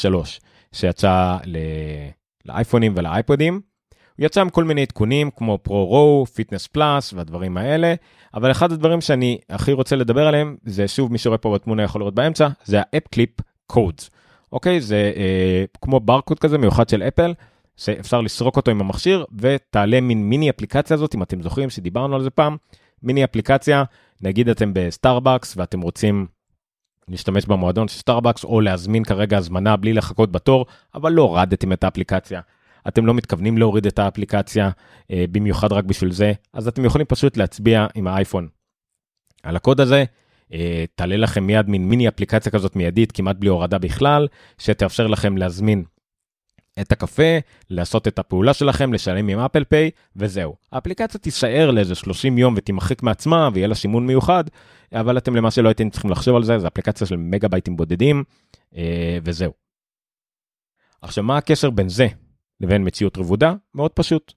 שיצא לאייפונים ולאייפודים. הוא יצא עם כל מיני עדכונים, כמו פרו-רו, פיטנס פלאס והדברים האלה, אבל אחד הדברים שאני הכי רוצה לדבר עליהם, זה שוב מי שרואה פה בתמונה יכול לראות באמצע, זה האפ קליפ קודס. אוקיי, זה כמו ברקוד כזה מיוחד של אפל, שאפשר לסרוק אותו עם המכשיר, ותעלה מין מיני אפליקציה הזאת, אם אתם זוכרים שדיברנו על זה פעם, מיני אפליקציה, נגיד אתם בסטארבקס, ואתם רוצים להשתמש במועדון של סטארבקס, או להזמין כרגע הזמנה בלי לחכות בתור, אבל לא הורדתם את האפליקציה. אתם לא מתכוונים להוריד את האפליקציה, במיוחד רק בשביל זה, אז אתם יכולים פשוט להצביע עם האייפון על הקוד הזה, תעלה לכם מיד מיני אפליקציה כזאת מיידית, כמעט בלי הורדה בכלל, שתאפשר לכם להזמין את הקפה, לעשות את הפעולה שלכם, לשלם עם אפל פיי, וזהו. האפליקציה תישאר לאיזה 30 יום ותימחק מעצמה, ויהיה לה שימון מיוחד, אבל אתם למעשה לא הייתם צריכים לחשוב על זה, זה אפליקציה של מגה בייטים בודדים, וזהו. עכשיו, מה הקשר בין זה לבין מציאות רבודה? מאוד פשוט.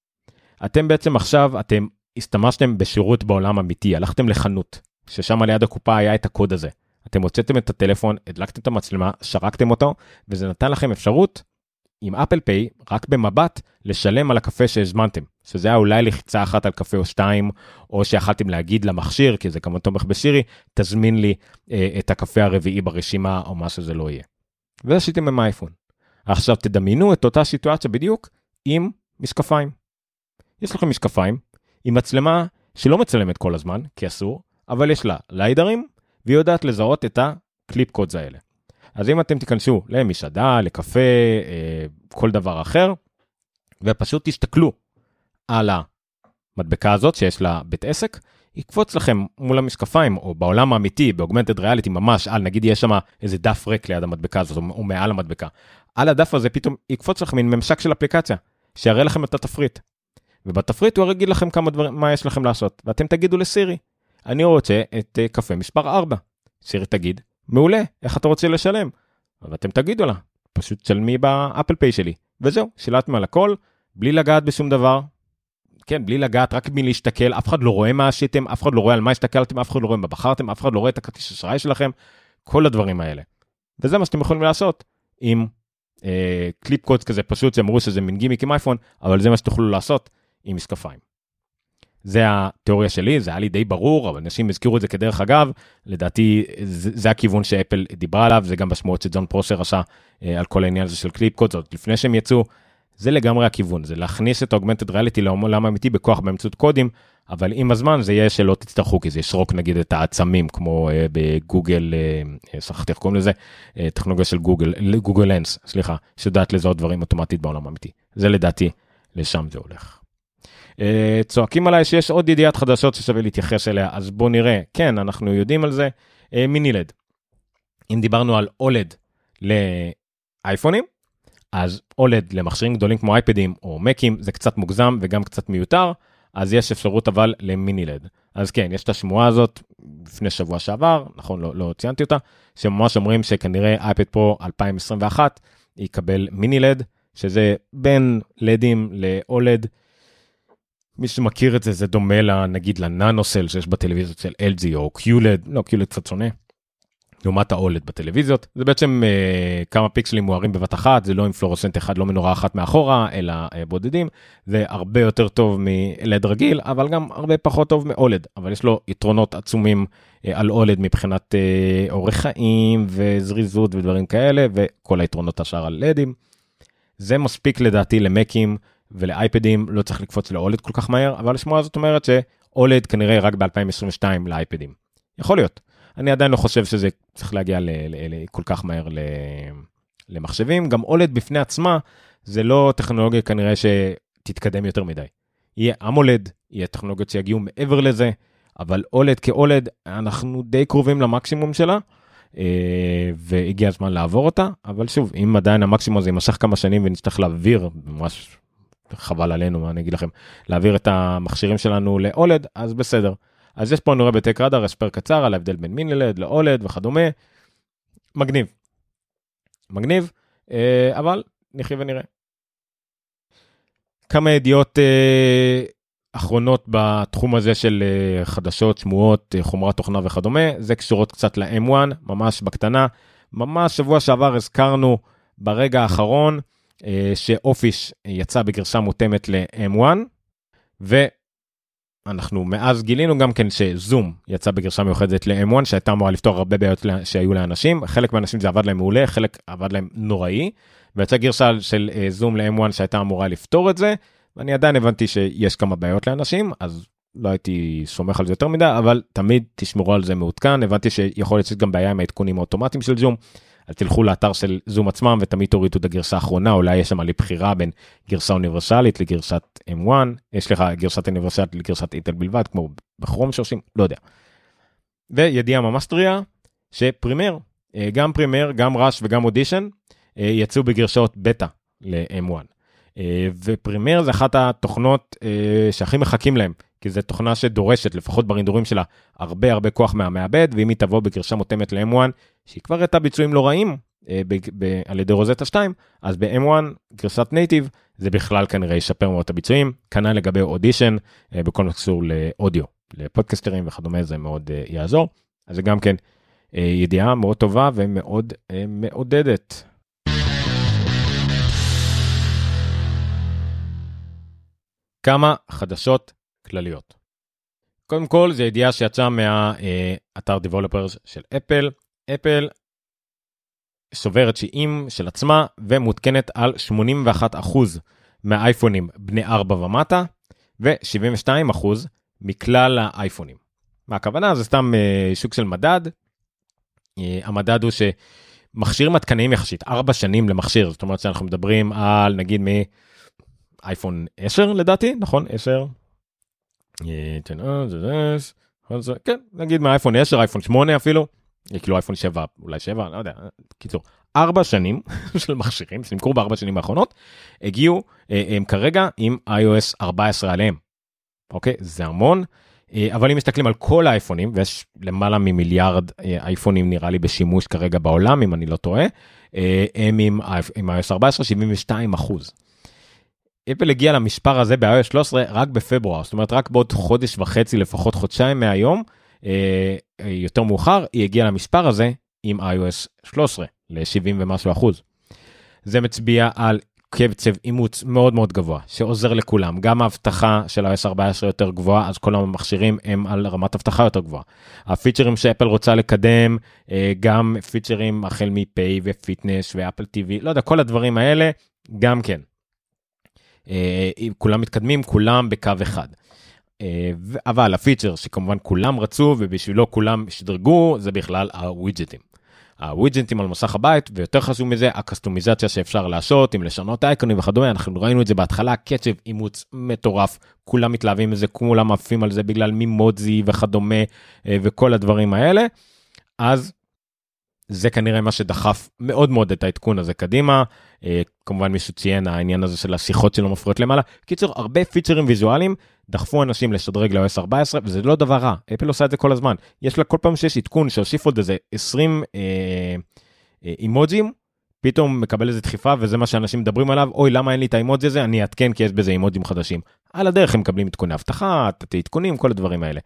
אתם בעצם עכשיו, אתם השתמשתם בשירות בעולם אמיתי, הלכתם לחנות, ששם ליד הקופה היה את הקוד הזה. אתם הוצאתם את הטלפון, הדלקתם את המצלמה, שרקתם אותו, וזה נתן לכם אפשרות, עם אפל פיי, רק במבט, לשלם על הקפה שהזמנתם. שזה היה אולי לחיצה אחת על קפה או שתיים, או שיכלתם להגיד למכשיר, כי זה כמובן תומך בשירי, תזמין לי את הקפה הרביעי ברשימה, או מה שזה לא יהיה. וזה עשיתם עם האייפון. עכשיו תדמיינו את אותה סיטואציה בדיוק, עם משקפיים. יש לכם משקפיים, עם מצלמה שלא מצלמת כל הזמן, כי אסור, אבל יש לה ליידרים, והיא יודעת לזהות את הקליפ קודס האלה. אז אם אתם תיכנסו למשעדה, לקפה, כל דבר אחר, ופשוט תסתכלו על המדבקה הזאת שיש לה בית עסק, יקפוץ לכם מול המשקפיים, או בעולם האמיתי, באוגמנטד ריאליטי ממש, על נגיד יש שם איזה דף ריק ליד המדבקה הזאת, או מעל המדבקה. על הדף הזה פתאום יקפוץ לכם מין ממשק של אפליקציה, שיראה לכם את התפריט. ובתפריט הוא יגיד לכם כמה דברים, מה יש לכם לעשות. ואתם תגידו לסירי, אני רוצה את קפה מספר 4. סירי תגיד, מעולה, איך אתה רוצה לשלם? ואתם תגידו לה, פשוט שלמי באפל פיי שלי. וזהו, שילמתם על הכל, בלי לגעת בשום דבר. כן, בלי לגעת, רק מלהשתכל, אף אחד לא רואה מה עשיתם, אף אחד לא רואה על מה השתכלתם, אף אחד לא רואה מה בחרתם, אף אחד לא רואה את הכרטיס אשראי שלכם, כל הדברים האלה. וזה מה שאתם יכולים לעשות עם קליפ קוד כזה פשוט, שאמרו שזה מין גימיק עם אייפון, אבל זה מה שתוכלו לעשות עם משקפיים. זה התיאוריה שלי, זה היה לי די ברור, אבל אנשים הזכירו את זה כדרך אגב, לדעתי זה הכיוון שאפל דיברה עליו, זה גם בשמועות שג'ון פרוסר עשה על כל העניין הזה של קליפ קוד, זאת לפני שהם יצאו, זה לגמרי הכיוון, זה להכניס את האוגמנטד ריאליטי לעולם האמיתי בכוח באמצעות קודים, אבל עם הזמן זה יהיה שלא תצטרכו, כי זה ישרוק נגיד את העצמים, כמו בגוגל, שכחתי איך קוראים לזה, טכנולוגיה של גוגל לנס, סליחה, שיודעת לזהות דברים אוטומטית בעולם האמיתי. זה לדעתי, לשם זה הולך. צועקים עליי שיש עוד ידיעת חדשות ששווה להתייחס אליה, אז בואו נראה, כן, אנחנו יודעים על זה, מיני-לד. אם דיברנו על אולד לאייפונים, אז אולד למכשירים גדולים כמו אייפדים או מקים, זה קצת מוגזם וגם קצת מיותר, אז יש אפשרות אבל למיני-לד. אז כן, יש את השמועה הזאת לפני שבוע שעבר, נכון, לא ציינתי אותה, שממש אומרים שכנראה אייפד פרו 2021 יקבל מיני-לד, שזה בין לדים לאולד, מי שמכיר את זה, זה דומה נגיד לננוסל שיש בטלוויזיות של LG או QLED, לא, QLED קצת שונה, לעומת ה-OLED בטלוויזיות. זה בעצם כמה פיקסלים מוארים בבת אחת, זה לא עם פלורוסנט אחד, לא מנורה אחת מאחורה, אלא בודדים. זה הרבה יותר טוב מ-LED רגיל, אבל גם הרבה פחות טוב מ-OLED, אבל יש לו יתרונות עצומים על OLED מבחינת אורך חיים וזריזות ודברים כאלה, וכל היתרונות השאר על LEDים. זה מספיק לדעתי למקים, ולאייפדים לא צריך לקפוץ לאולד כל כך מהר, אבל השמועה הזאת אומרת שאולד כנראה רק ב-2022 לאייפדים. יכול להיות. אני עדיין לא חושב שזה צריך להגיע כל כך מהר למחשבים. גם אולד בפני עצמה, זה לא טכנולוגיה כנראה שתתקדם יותר מדי. יהיה אמולד, יהיה טכנולוגיות שיגיעו מעבר לזה, אבל אולד כאולד, אנחנו די קרובים למקסימום שלה, והגיע הזמן לעבור אותה, אבל שוב, אם עדיין המקסימום הזה יימשך כמה שנים ונצטרך להעביר, ממש חבל עלינו, מה אני אגיד לכם, להעביר את המכשירים שלנו לאולד, אז בסדר. אז יש פה נראה בטק רדאר, הסבר קצר על ההבדל בין מיני-לד לאולד וכדומה. מגניב. מגניב, אבל נחיה ונראה. כמה ידיעות אחרונות בתחום הזה של חדשות, שמועות, חומרת תוכנה וכדומה, זה קשורות קצת ל-M1, ממש בקטנה. ממש שבוע שעבר הזכרנו ברגע האחרון, שאופיס יצא בגרשה מותאמת ל-M1, ואנחנו מאז גילינו גם כן שזום יצא בגרשה מיוחדת ל-M1, שהייתה אמורה לפתור הרבה בעיות שהיו לאנשים, חלק מהאנשים זה עבד להם מעולה, חלק עבד להם נוראי, ויצא גרשה של זום ל-M1 שהייתה אמורה לפתור את זה, ואני עדיין הבנתי שיש כמה בעיות לאנשים, אז לא הייתי סומך על זה יותר מדי, אבל תמיד תשמרו על זה מעודכן, הבנתי שיכול להיות גם בעיה עם העדכונים האוטומטיים של זום, אז תלכו לאתר של זום עצמם ותמיד תורידו את הגרסה האחרונה, אולי יש שם לי בחירה בין גרסה אוניברסלית לגרסת M1, יש לך גרסת אוניברסלית לגרסת אינטל בלבד, כמו בכרום שעושים, לא יודע. וידיעה ממש טריה, שפרימר, גם ראש וגם אודישן, יצאו בגרשאות בטא ל-M1. ופרימייר זה אחת התוכנות שהכי מחכים להם, כי זו תוכנה שדורשת, לפחות ברינדורים שלה, הרבה כוח מהמעבד, ואם היא תבוא בגרשה מותאמת ל-M1, שהיא כבר הייתה ביצועים לא רעים, על ידי רוזטה 2, אז ב-M1, גרסת נייטיב, זה בכלל כנראה ישפר מאוד את הביצועים, כנ"ל לגבי אודישן, בכל מקסור לאודיו, לפודקסטרים וכדומה, זה מאוד יעזור, אז זה גם כן ידיעה מאוד טובה ומאוד מעודדת. כמה חדשות כלליות. קודם כל, זו ידיעה שיצאה מהאתר Developers של אפל. אפל סוברת שהיא של עצמה ומותקנת על 81% מהאייפונים בני 4 ומטה, ו-72% מכלל האייפונים. מה הכוונה? זה סתם שוק של מדד. המדד הוא שמכשירים מתקניים יחסית, 4 שנים למכשיר, זאת אומרת שאנחנו מדברים על נגיד אייפון 10 לדעתי, נכון? 10. כן, נגיד מהאייפון 10, אייפון 8 אפילו, כאילו אייפון 7, אולי 7, לא יודע, קיצור, 4 שנים של מכשירים, שנמכרו ב4 שנים האחרונות, הגיעו, הם כרגע עם iOS 14 עליהם. אוקיי? זה המון, אבל אם מסתכלים על כל האייפונים, ויש למעלה ממיליארד אייפונים נראה לי בשימוש כרגע בעולם, אם אני לא טועה, הם עם iOS 14, 72%. אפל הגיע למספר הזה ב-iOS 13 רק בפברואר, זאת אומרת רק בעוד חודש וחצי, לפחות חודשיים מהיום, יותר מאוחר, היא הגיעה למספר הזה עם iOS 13, ל-70 ומשהו אחוז. זה מצביע על קצב אימוץ מאוד מאוד גבוה, שעוזר לכולם, גם ההבטחה של iOS 14 יותר גבוהה, אז כל המכשירים הם על רמת הבטחה יותר גבוהה. הפיצ'רים שאפל רוצה לקדם, גם פיצ'רים החל מ-Pay ופיטנס ואפל TV, לא יודע, כל הדברים האלה, גם כן. כולם מתקדמים, כולם בקו אחד. אבל הפיצ'ר שכמובן כולם רצו ובשבילו כולם שדרגו, זה בכלל הווידג'טים. הווידג'טים על מסך הבית, ויותר חשוב מזה, הקסטומיזציה שאפשר לעשות, עם לשנות אייקונים וכדומה, אנחנו ראינו את זה בהתחלה, קצב אימוץ מטורף, כולם מתלהבים מזה, כולם עפים על זה בגלל מימודזי וכדומה, וכל הדברים האלה, אז זה כנראה מה שדחף מאוד מאוד את העדכון הזה קדימה, כמובן מישהו ציין העניין הזה של השיחות שלא מפריעות למעלה, קיצור, הרבה פיצ'רים ויזואליים, דחפו אנשים לשדרג ל-iOS 14, וזה לא דבר רע, אפל עושה את זה כל הזמן, יש לה כל פעם שיש עדכון שהוסיף עוד איזה 20 אימוג'ים, פתאום מקבל איזה דחיפה, וזה מה שאנשים מדברים עליו, אוי למה אין לי את האימוג'י הזה, אני אעדכן כי יש בזה אימוג'ים חדשים, על הדרך הם מקבלים עדכוני הבטחה, עדכונים, כל הדברים האלה.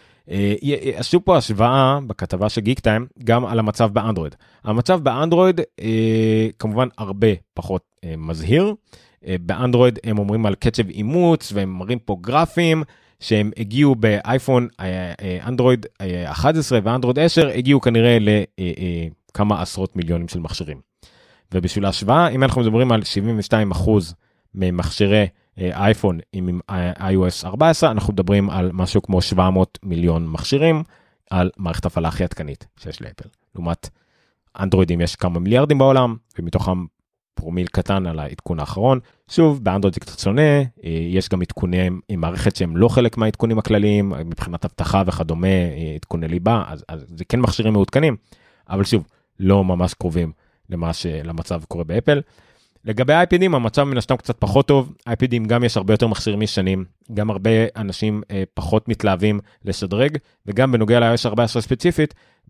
עשו פה השוואה בכתבה של גיק טיים גם על המצב באנדרואיד. המצב באנדרואיד כמובן הרבה פחות מזהיר. באנדרואיד הם אומרים על קצב אימוץ והם מראים פה גרפים שהם הגיעו באייפון אנדרואיד 11 ואנדרואיד 10 הגיעו כנראה לכמה עשרות מיליונים של מכשירים. ובשביל ההשוואה, אם אנחנו מדברים על 72% ממכשירי אייפון עם iOS 14, אנחנו מדברים על משהו כמו 700 מיליון מכשירים על מערכת הפעלה הכי עדכנית שיש לאפל. לעומת אנדרואידים יש כמה מיליארדים בעולם, ומתוכם פרומיל קטן על העדכון האחרון. שוב, באנדרואיד זה קצת שונה, יש גם עדכונים עם מערכת שהם לא חלק מהעדכונים הכלליים, מבחינת הבטחה וכדומה, עדכוני ליבה, אז זה כן מכשירים מעודכנים, אבל שוב, לא ממש קרובים למצב קורה באפל. לגבי אייפדים, המצב מן השתם קצת פחות טוב, אייפדים גם יש הרבה יותר מכשירים ישנים, גם הרבה אנשים פחות מתלהבים לשדרג, וגם בנוגע ל-iOS 14 ספציפית,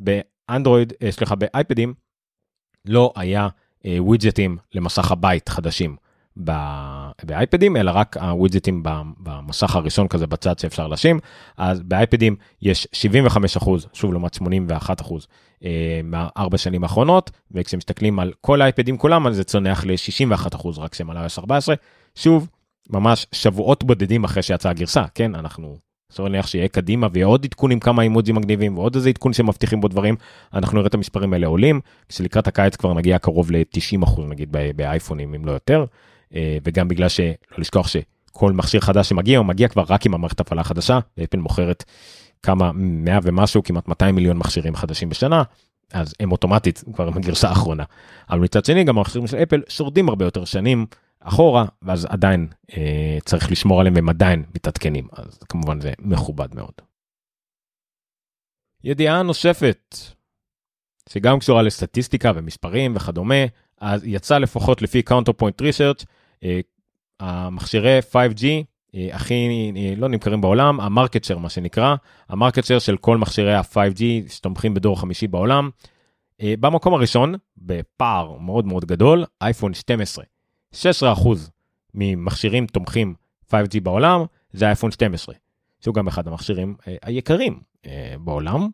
באייפדים לא היה ווידג'טים למסך הבית חדשים באייפדים, אלא רק הווידג'טים במסך הראשון כזה בצד שאפשר לשים, אז באייפדים יש 75%, שוב לעומת 81%, מה4 שנים האחרונות, וכשמסתכלים על כל האייפדים כולם, אז זה צונח ל-61% רק שהם על iOS 14, שוב, ממש שבועות בודדים אחרי שיצאה הגרסה, כן, אנחנו נניח שיהיה קדימה, ויהיה עוד עדכונים כמה אימוג'ים מגניבים, ועוד איזה עדכון שמבטיחים בו דברים, אנחנו נראה את המספרים האלה עולים, כשלקראת הקיץ כבר נגיע קרוב ל-90% נגיד באייפונים, אם לא יותר, וגם בגלל שלא לשכוח שכל מכשיר חדש שמגיע, הוא מגיע כבר רק עם המערכת הפעלה החדשה, ואפל מוכרת כמה 100 ומשהו, כמעט 200 מיליון מכשירים חדשים בשנה, אז הם אוטומטית כבר עם הגרסה האחרונה. אבל מצד שני, גם המכשירים של אפל שורדים הרבה יותר שנים אחורה, ואז עדיין צריך לשמור עליהם, והם עדיין מתעדכנים, אז כמובן זה מכובד מאוד. ידיעה נוספת, שגם קשורה לסטטיסטיקה ומספרים וכדומה, אז יצא לפחות לפי Counterpoint Research, המכשירי 5G הכי לא נמכרים בעולם, המרקט שייר מה שנקרא, המרקט שייר של כל מכשירי ה-5G שתומכים בדור 5 בעולם, במקום הראשון, בפער מאוד מאוד גדול, אייפון 12, 16% ממכשירים תומכים 5G בעולם, זה אייפון 12, שהוא גם אחד המכשירים היקרים בעולם,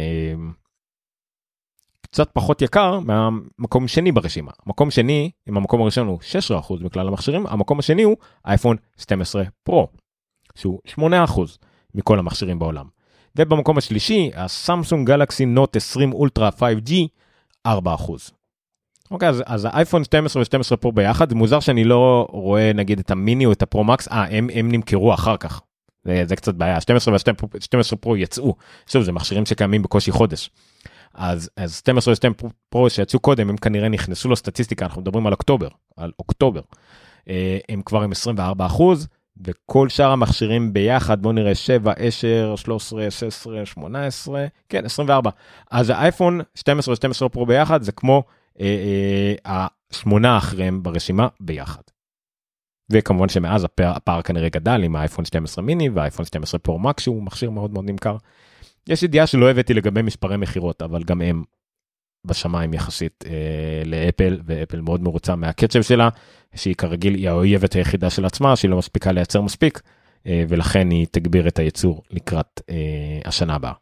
קצת פחות יקר מהמקום שני ברשימה. המקום שני, אם המקום הראשון הוא 16% מכלל המכשירים, המקום השני הוא אייפון 12 פרו, שהוא 8% מכל המכשירים בעולם. ובמקום השלישי, הסמסונג גלקסי נוט 20 אולטרה 5G, 4%. אוקיי, אז האייפון 12 ו-12 פרו ביחד, זה מוזר שאני לא רואה נגיד את המיני או את הפרו מקס, הם נמכרו אחר כך. זה קצת בעיה, 12 ו-12 פרו יצאו. שוב, זה מכשירים שקיימים בקושי חודש. אז 12 ו-12 פרו שיצאו קודם, הם כנראה נכנסו לו סטטיסטיקה, אנחנו מדברים על אוקטובר. הם כבר עם 24%, וכל שאר המכשירים ביחד, בואו נראה 7, 10, 13, 16, 18, כן, 24. אז האייפון 12 ו-12 פרו ביחד, זה כמו השמונה אחריהם ברשימה ביחד. וכמובן שמאז הפער כנראה גדל עם האייפון 12 מיני, והאייפון 12 פרו מקס, שהוא מכשיר מאוד מאוד נמכר. יש ידיעה שלא הבאתי לגבי מספרי מחירות, אבל גם הם בשמיים יחסית לאפל, ואפל מאוד מרוצה מהקצב שלה, שהיא כרגיל היא האויבת היחידה של עצמה, שהיא לא מספיקה לייצר מספיק, ולכן היא תגביר את הייצור לקראת השנה הבאה.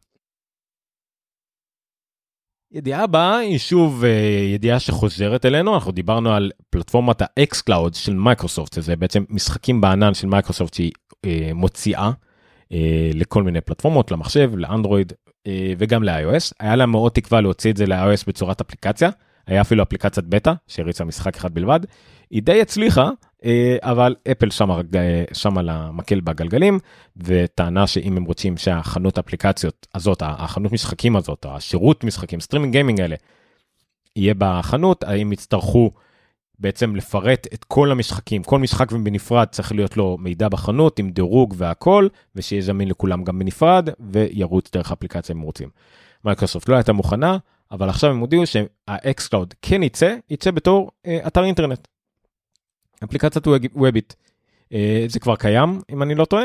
ידיעה הבאה היא שוב ידיעה שחוזרת אלינו, אנחנו דיברנו על פלטפורמת ה-X-Cloud של מייקרוסופט, שזה בעצם משחקים בענן של מייקרוסופט שהיא מוציאה, לכל מיני פלטפורמות, למחשב, לאנדרואיד וגם ל-iOS. היה לה מאוד תקווה להוציא את זה ל-iOS בצורת אפליקציה, היה אפילו אפליקציית בטא שהריצה משחק אחד בלבד, היא די הצליחה, אבל אפל שמה לה מקל בגלגלים, וטענה שאם הם רוצים שהחנות האפליקציות הזאת, החנות משחקים הזאת, השירות משחקים, סטרימינג גיימינג האלה, יהיה בחנות, האם יצטרכו בעצם לפרט את כל המשחקים, כל משחק בנפרד צריך להיות לו מידע בחנות עם דירוג והכל, ושיהיה זמין לכולם גם בנפרד, וירוץ דרך האפליקציה אם רוצים. מייקרוסופט לא הייתה מוכנה, אבל עכשיו הם הודיעו שה-X-Cloud כן יצא בתור אתר אינטרנט. אפליקציית וובית. זה כבר קיים, אם אני לא טועה.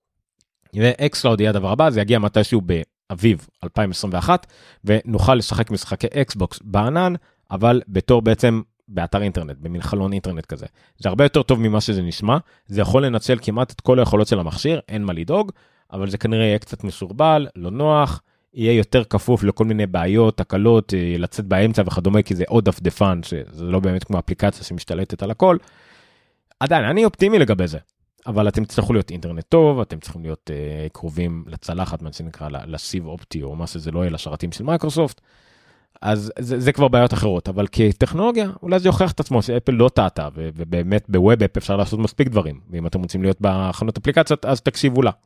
ו-X-Cloud יהיה הדבר הבא, זה יגיע מתישהו באביב 2021, ונוכל לשחק משחקי Xbox בענן, אבל בתור בעצם באתר אינטרנט, במין חלון אינטרנט כזה. זה הרבה יותר טוב ממה שזה נשמע, זה יכול לנצל כמעט את כל היכולות של המכשיר, אין מה לדאוג, אבל זה כנראה יהיה קצת מסורבל, לא נוח, יהיה יותר כפוף לכל מיני בעיות, תקלות, לצאת באמצע וכדומה, כי זה עוד דפדפן, שזה לא באמת כמו אפליקציה שמשתלטת על הכל. עדיין, אני אופטימי לגבי זה, אבל אתם צריכו להיות אינטרנט טוב, אתם צריכים להיות קרובים לצלחת, מה שנקרא, לסיב אופטי, או מה שזה לא יהיה לשרתים של מייקרוסופט, אז זה כבר בעיות אחרות, אבל כטכנולוגיה, אולי זה יוכיח את עצמו שאפל לא טעתה, ובאמת בווב-אפ אפשר לעשות מספיק דברים, ואם אתם רוצים להיות בחנות אפליקציות, אז תקשיבו לה.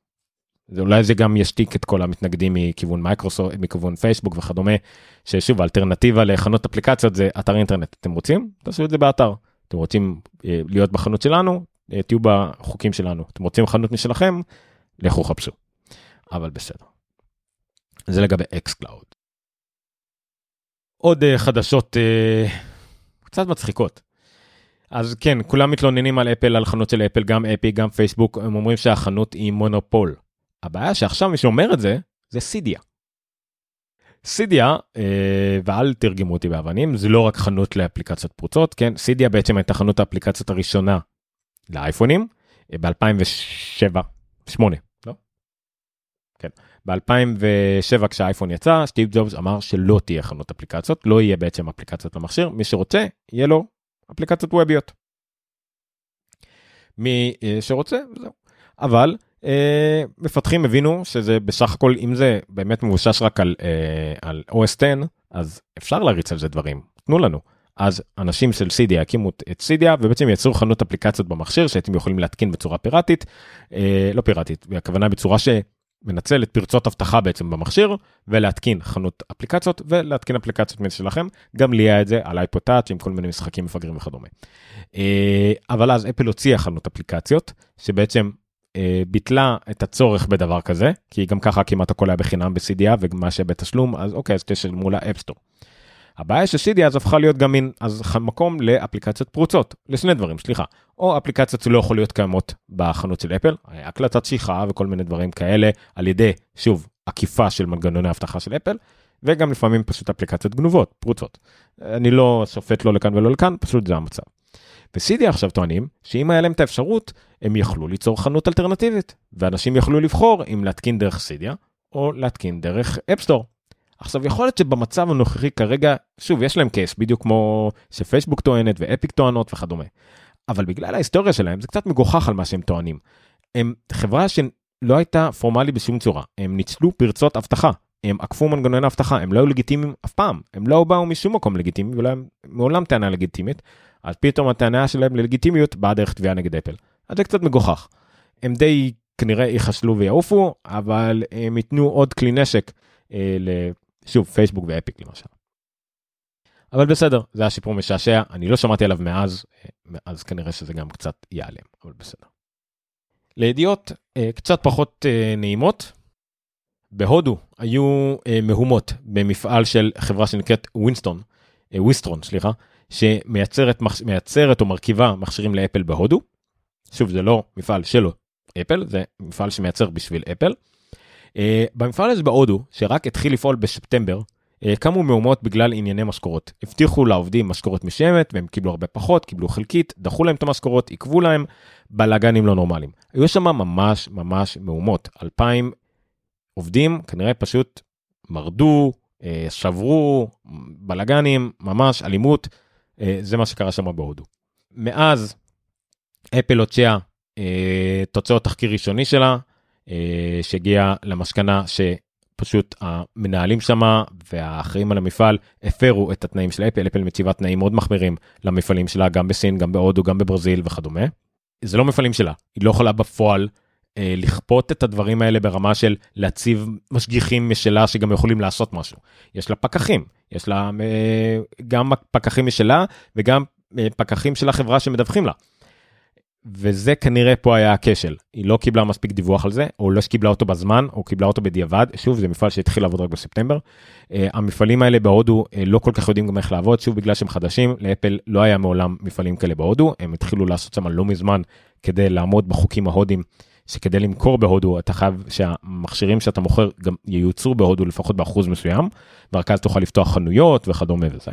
אולי זה גם ישתיק את כל המתנגדים מכיוון מייקרוסופט, מכיוון פייסבוק וכדומה, ששוב, האלטרנטיבה לחנות אפליקציות זה אתר אינטרנט. אתם רוצים? תעשו את זה באתר. אתם רוצים להיות בחנות שלנו? תהיו בחוקים שלנו. אתם רוצים חנות משלכם? לכו חפשו. אבל בסדר. זה לגבי X-Cloud. עוד חדשות קצת מצחיקות. אז כן, כולם מתלוננים על אפל, על חנות של אפל, גם אפי, גם פייסבוק, הם אומרים שהחנות היא מונופול. הבעיה שעכשיו מי שאומר את זה, זה סידיה. סידיה, ואל תרגמו אותי באבנים, זה לא רק חנות לאפליקציות פרוצות, כן? סידיה בעצם הייתה חנות האפליקציות הראשונה לאייפונים, ב-2007, 8, לא? כן. ב-2007 כשהאייפון יצא, סטיב ג'ובס אמר שלא תהיה חנות אפליקציות, לא יהיה בעצם אפליקציות למכשיר, מי שרוצה, יהיה לו אפליקציות ווביות. מי שרוצה, זהו. אבל מפתחים הבינו שזה בסך הכל, אם זה באמת מבושש רק על OS X, אז אפשר להריץ על זה דברים, תנו לנו. אז אנשים של סידיה הקימו את סידיה, ובעצם יצרו חנות אפליקציות במכשיר, שאתם יכולים להתקין בצורה פיראטית, לא פיראטית, הכוונה בצורה שמנצל את פרצות הבטחה בעצם במכשיר, ולהתקין חנות אפליקציות, ולהתקין אפליקציות משלכם, גם ליהיה את זה על אייפוד טאץ' עם כל מיני משחקים מפגרים וכדומה. אבל אז אפל הוציאה חנות אפליקציות, שבעצם ביטלה את הצורך בדבר כזה, כי גם ככה כמעט הכל היה בחינם בסידיה, ומה שבתשלום, אז אוקיי, אז תשלמו לאפסטור. הבעיה שסידי אז הפכה להיות גם מקום לאפליקציות פרוצות, לשני דברים, סליחה, או אפליקציות שלא יכול להיות קיימות בחנות של אפל, הקלטת שיחה וכל מיני דברים כאלה, על ידי, שוב, עקיפה של מנגנוני האבטחה של אפל, וגם לפעמים פשוט אפליקציות גנובות, פרוצות. אני לא שופט לא לכאן ולא לכאן, פשוט זה המצב. וסידי עכשיו טוענים שאם היה להם את האפשרות, הם יכלו ליצור חנות אלטרנטיבית, ואנשים יכלו לבחור אם להתקין דרך סידיה, או להתקין דרך אפסטור. עכשיו יכול להיות שבמצב הנוכחי כרגע, שוב יש להם קייס, בדיוק כמו שפייסבוק טוענת ואפיק טוענות וכדומה. אבל בגלל ההיסטוריה שלהם זה קצת מגוחך על מה שהם טוענים. הם חברה שלא הייתה פורמלי בשום צורה, הם ניצלו פרצות אבטחה, הם עקפו מנגנוני אבטחה, הם לא היו לגיטימיים אף פעם, הם לא באו משום מקום לגיטימי, ולא הם מעולם טענה לגיטימית, אז פתאום הטענה שלהם ללגיטימיות באה דרך תביעה נגד אפל. אז זה קצת מגוחך. הם די כנראה יחשלו ויעופו, אבל הם ייתנו עוד כלי נשק שוב, פייסבוק ואפיק למשל. אבל בסדר, זה היה שיפור משעשע, אני לא שמעתי עליו מאז כנראה שזה גם קצת ייעלם, אבל בסדר. לידיעות קצת פחות נעימות, בהודו היו מהומות במפעל של חברה שנקראת וויסטרון, שמייצרת או מרכיבה מכשירים לאפל בהודו. שוב, זה לא מפעל שלו אפל, זה מפעל שמייצר בשביל אפל. במפעל הזה בהודו, שרק התחיל לפעול בספטמבר, קמו מהומות בגלל ענייני משכורות. הבטיחו לעובדים משכורות משמת, והם קיבלו הרבה פחות, קיבלו חלקית, דחו להם את המשכורות, עקבו להם, בלגנים לא נורמליים. היו שם ממש מהומות. 2,000 עובדים כנראה פשוט מרדו, שברו, בלגנים, ממש אלימות, זה מה שקרה שם בהודו. מאז אפל הוציאה תוצאות תחקיר ראשוני שלה, שהגיע למסקנה שפשוט המנהלים שמה והאחראים על המפעל הפרו את התנאים של אפל. אפל מציבה תנאים מאוד מחמירים למפעלים שלה, גם בסין, גם בהודו, גם בברזיל וכדומה. זה לא מפעלים שלה, היא לא יכולה בפועל לכפות את הדברים האלה ברמה של להציב משגיחים משלה שגם יכולים לעשות משהו. יש לה פקחים, יש לה גם פקחים משלה וגם פקחים של החברה שמדווחים לה. וזה כנראה פה היה הכשל. היא לא קיבלה מספיק דיווח על זה, או לא קיבלה אותו בזמן, או קיבלה אותו בדיעבד. שוב, זה מפעל שהתחיל לעבוד רק בספטמבר. המפעלים האלה בהודו לא כל כך יודעים גם איך לעבוד, שוב בגלל שהם חדשים. לאפל לא היה מעולם מפעלים כאלה בהודו, הם התחילו לעשות שם לא מזמן כדי לעמוד בחוקים ההודים, שכדי למכור בהודו, אתה חייב שהמכשירים שאתה מוכר גם ייוצרו בהודו לפחות באחוז מסוים, ורק אז תוכל לפתוח חנויות וכדומה וזה.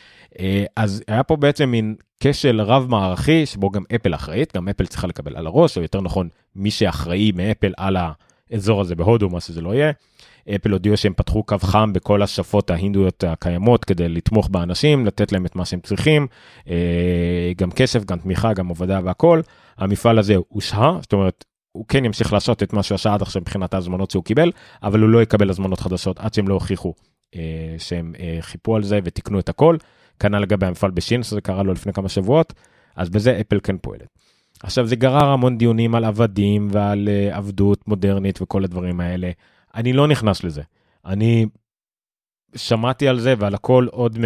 אז היה פה בעצם מין כשל רב מערכי, שבו גם אפל אחראית, גם אפל צריכה לקבל על הראש, או יותר נכון, מי שאחראי מאפל על האזור הזה בהודו, מה שזה לא יהיה. אפל הודיעו שהם פתחו קו חם בכל השפות ההינדואיות הקיימות, כדי לתמוך באנשים, לתת להם את מה שהם צריכים, גם כסף, גם תמיכה, גם עבודה והכל. המפעל הזה הושהה, זאת אומרת, הוא כן ימשיך לעשות את מה שהוא עשה עד עכשיו מבחינת ההזמנות שהוא קיבל, אבל הוא לא יקבל הזמנות חדשות עד שהם לא הוכיחו שהם חיפו על זה ותקנו את הכל. כנ"ל לגבי המפעל בשין, שזה קרה לו לפני כמה שבועות, אז בזה אפל כן פועלת. עכשיו זה גרר המון דיונים על עבדים ועל עבדות מודרנית וכל הדברים האלה. אני לא נכנס לזה. אני שמעתי על זה ועל הכל עוד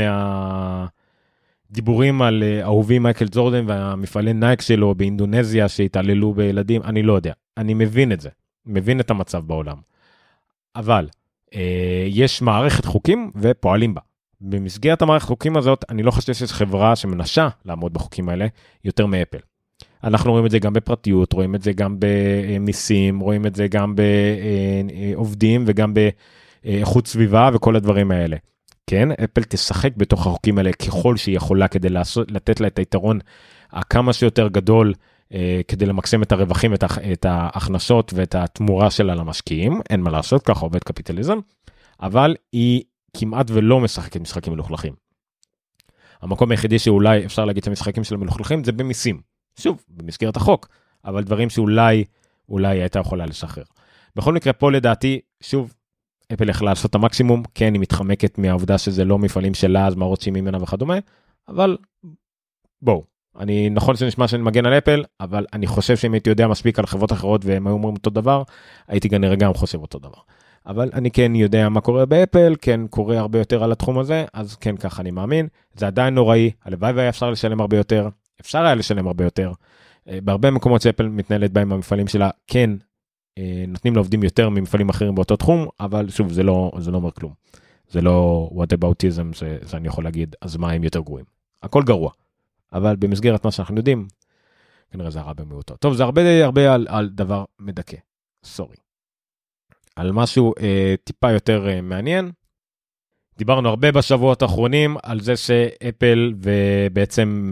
מהדיבורים על אהובי מייקל ג'ורדן והמפעלי נייק שלו באינדונזיה שהתעללו בילדים, אני לא יודע. אני מבין את זה, מבין את המצב בעולם. אבל יש מערכת חוקים ופועלים בה. במסגרת המערכת חוקים הזאת, אני לא חושב שיש חברה שמנסה לעמוד בחוקים האלה יותר מאפל. אנחנו רואים את זה גם בפרטיות, רואים את זה גם במיסים, רואים את זה גם בעובדים וגם באיכות סביבה וכל הדברים האלה. כן, אפל תשחק בתוך החוקים האלה ככל שהיא יכולה כדי לתת לה את היתרון הכמה שיותר גדול כדי למקסם את הרווחים, את ההכנסות ואת התמורה שלה למשקיעים. אין מה לעשות, ככה עובד קפיטליזם, אבל היא כמעט ולא משחקת משחקים מלוכלכים. המקום היחידי שאולי אפשר להגיד שהמשחקים של המלוכלכים זה במיסים. שוב, במסגרת החוק, אבל דברים שאולי הייתה יכולה לשחרר. בכל מקרה פה לדעתי, שוב, אפל יכלה לעשות את המקסימום, כן היא מתחמקת מהעובדה שזה לא מפעלים שלה, אז מה רוצים ממנה וכדומה, אבל בואו, נכון שנשמע שאני מגן על אפל, אבל אני חושב שאם הייתי יודע מספיק על חברות אחרות והם היו אומרים אותו דבר, הייתי כנראה גם חושב אותו דבר. אבל אני כן יודע מה קורה באפל, כן קורה הרבה יותר על התחום הזה, אז כן ככה אני מאמין. זה עדיין נוראי, הלוואי והיה אפשר לשלם הרבה יותר, אפשר היה לשלם הרבה יותר. בהרבה מקומות שאפל מתנהלת בהם המפעלים שלה, כן נותנים לעובדים יותר ממפעלים אחרים באותו תחום, אבל שוב זה לא אומר כלום. זה לא whataboutism, זה אני יכול להגיד, אז מה הם יותר גרועים? הכל גרוע. אבל במסגרת מה שאנחנו יודעים, כנראה זה הרע במיעוטו. טוב, זה הרבה על דבר מדכא. סורי. על משהו טיפה יותר מעניין. דיברנו הרבה בשבועות האחרונים על זה שאפל ובעצם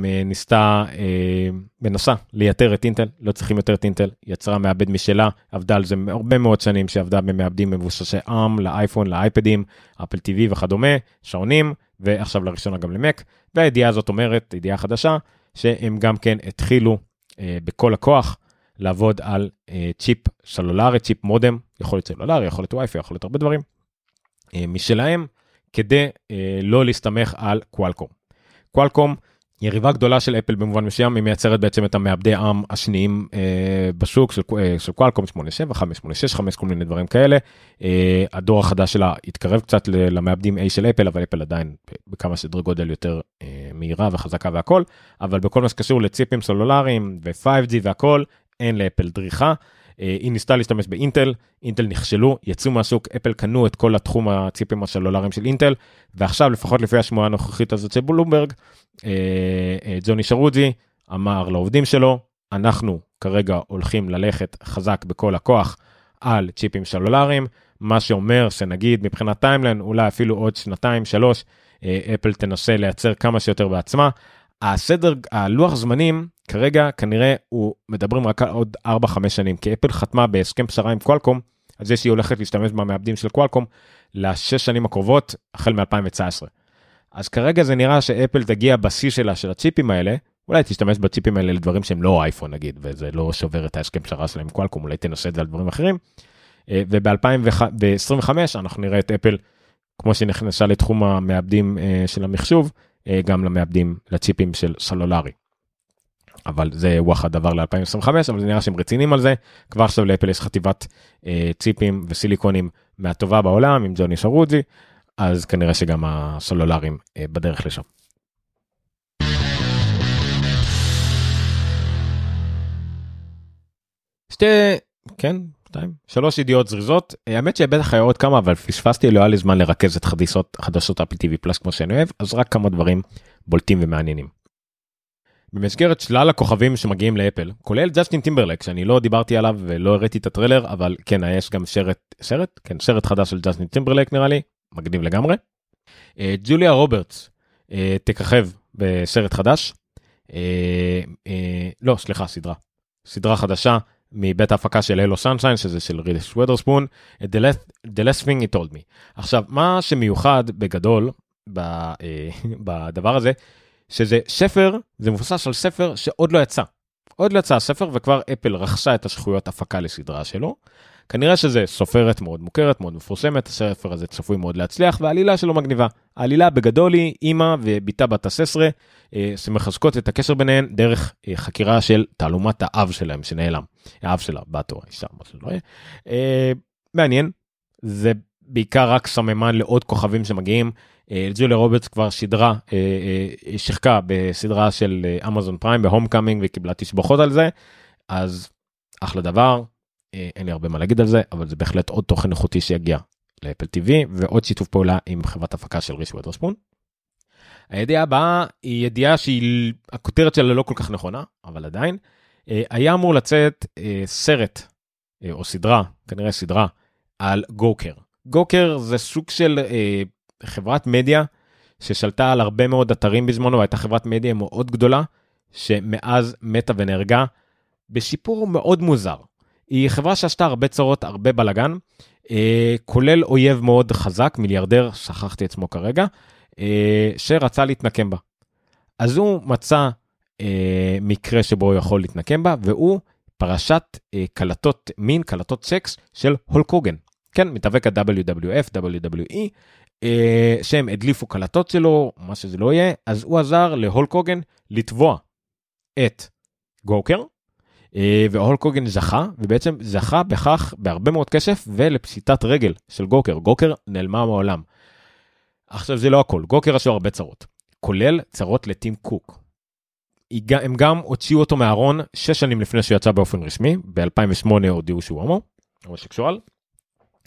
מנסה לייתר את אינטל, לא צריכים יותר את אינטל, יצרה מעבד משלה, עבדה על זה הרבה מאוד שנים שעבדה במעבדים מבוססי ARM, לאייפון, לאייפדים, אפל TV וכדומה, שעונים, ועכשיו לראשונה גם למק, והידיעה הזאת אומרת, ידיעה חדשה, שהם גם כן התחילו בכל הכוח לעבוד על צ'יפ סלולרי, צ'יפ מודם, יכול להיות סלולרי, יכול להיות וי-פיי, יכול להיות הרבה דברים, משלהם, כדי לא להסתמך על קואלקום. קואלקום, יריבה גדולה של אפל במובן מסוים, היא מייצרת בעצם את המעבדי עם השניים בשוק של קואלקום, 87, 586, כל מיני דברים כאלה. הדור החדש שלה התקרב קצת למעבדים A של אפל, אבל אפל עדיין בכמה סדרי גודל יותר מהירה וחזקה והכל, אבל בכל מה שקשור לציפים סלולריים ו-5G והכל, אין לאפל דריכה. היא ניסתה להשתמש באינטל, אינטל נכשלו, יצאו מהשוק, אפל קנו את כל התחום הציפים הסלולריים של אינטל, ועכשיו לפחות לפי השמועה הנוכחית הזאת של בלומברג, ג'וני שרוג'י אמר לעובדים שלו, אנחנו כרגע הולכים ללכת חזק בכל הכוח על ציפים סלולריים, מה שאומר שנגיד מבחינת טיימליין, אולי אפילו עוד 2-3, אפל תנסה לייצר כמה שיותר בעצמה, הלוח זמנים, כרגע כנראה הוא מדברים רק על עוד 4-5 שנים, כי אפל חתמה בהסכם פשרה עם קואלקום, על זה שהיא הולכת להשתמש במעבדים של קואלקום, ל6 שנים הקרובות, החל מ-2019. אז כרגע זה נראה שאפל תגיע בשיא שלה של הצ'יפים האלה, אולי תשתמש בצ'יפים האלה לדברים שהם לא אייפון נגיד, וזה לא שובר את ההסכם פשרה שלהם עם קואלקום, אולי תנסה את זה על דברים אחרים, וב-2025 אנחנו נראה את אפל, כמו שנכנסה לתחום המעבדים של המחשוב, גם למעבדים, לצ'יפים של סלולרי. אבל זה וואחד דבר ל-2025, אבל זה נראה שהם רצינים על זה. כבר עכשיו לאפל יש חטיבת ציפים וסיליקונים מהטובה בעולם, עם ג'וני שרוג'י, אז כנראה שגם הסלולרים בדרך לשם. שלוש ידיעות זריזות. האמת שבטח היה עוד כמה, אבל פספסתי, לא היה לי זמן לרכז את חדשות אפל TV פלאס כמו שאני אוהב, אז רק כמה דברים בולטים ומעניינים. במסגרת שלל הכוכבים שמגיעים לאפל, כולל ג'סטין טימברלק, שאני לא דיברתי עליו ולא הראיתי את הטריילר, אבל כן, יש גם סרט חדש של ג'סטין טימברלק נראה לי, מגניב לגמרי. ג'וליה רוברטס תככב בסרט חדש, סדרה חדשה, מבית ההפקה של הלו סנשיין, שזה של ריס ווית'רספון, The Last Thing He Told Me. עכשיו, מה שמיוחד בגדול בדבר הזה, שזה ספר, זה מבוסס על ספר שעוד לא יצא. עוד לא יצא הספר, וכבר אפל רכשה את הזכויות הפקה לסדרה שלו. כנראה שזה סופרת מאוד מוכרת, מאוד מפורסמת, הספר הזה צפוי מאוד להצליח, והעלילה שלו מגניבה. העלילה בגדול היא אמא וביתה בת 16, שמחזקות את הקשר ביניהן דרך חקירה של תעלומת האב שלהם שנעלם. האב שלה, בת או האישה, מה שלא יהיה. מעניין, זה בעיקר רק סממן לעוד כוכבים שמגיעים. ג'וליה רוברטס כבר שחקה בסדרה של אמזון פריים בהום קאמינג וקיבלה תשבחות על זה, אז אחלה דבר, אין לי הרבה מה להגיד על זה, אבל זה בהחלט עוד תוכן איכותי שיגיע לאפל TV, ועוד שיתוף פעולה עם חברת הפקה של ריס ווית'רספון. הידיעה הבאה היא ידיעה שהכותרת שלה לא כל כך נכונה, אבל עדיין, היה אמור לצאת סרט, או סדרה, כנראה סדרה, על גוקר. גוקר זה סוג של חברת מדיה ששלטה על הרבה מאוד אתרים בזמנו, והייתה חברת מדיה מאוד גדולה, שמאז מתה ונהרגה בשיפור מאוד מוזר. היא חברה שעשתה הרבה צרות, הרבה בלגן, כולל אויב מאוד חזק, מיליארדר, שכחתי את שמו כרגע, שרצה להתנקם בה. אז הוא מצא מקרה שבו הוא יכול להתנקם בה, והוא פרשת קלטות מין, קלטות סקס של הולק הוגן. כן, מתאבק ה-WWF, WWE, שהם הדליפו קלטות שלו, מה שזה לא יהיה, אז הוא עזר להולק הוגן לתבוע את גוקר, והולק הוגן זכה, ובעצם זכה בכך בהרבה מאוד כסף, ולפשיטת רגל של גוקר. גוקר נעלמה מהעולם. עכשיו זה לא הכל, גוקר עשו הרבה צרות, כולל צרות לטים קוק. הם גם הוציאו אותו מהארון 6 שנים לפני שהוא יצא באופן רשמי, ב-2008 הודיעו שהוא הומוסקסואל.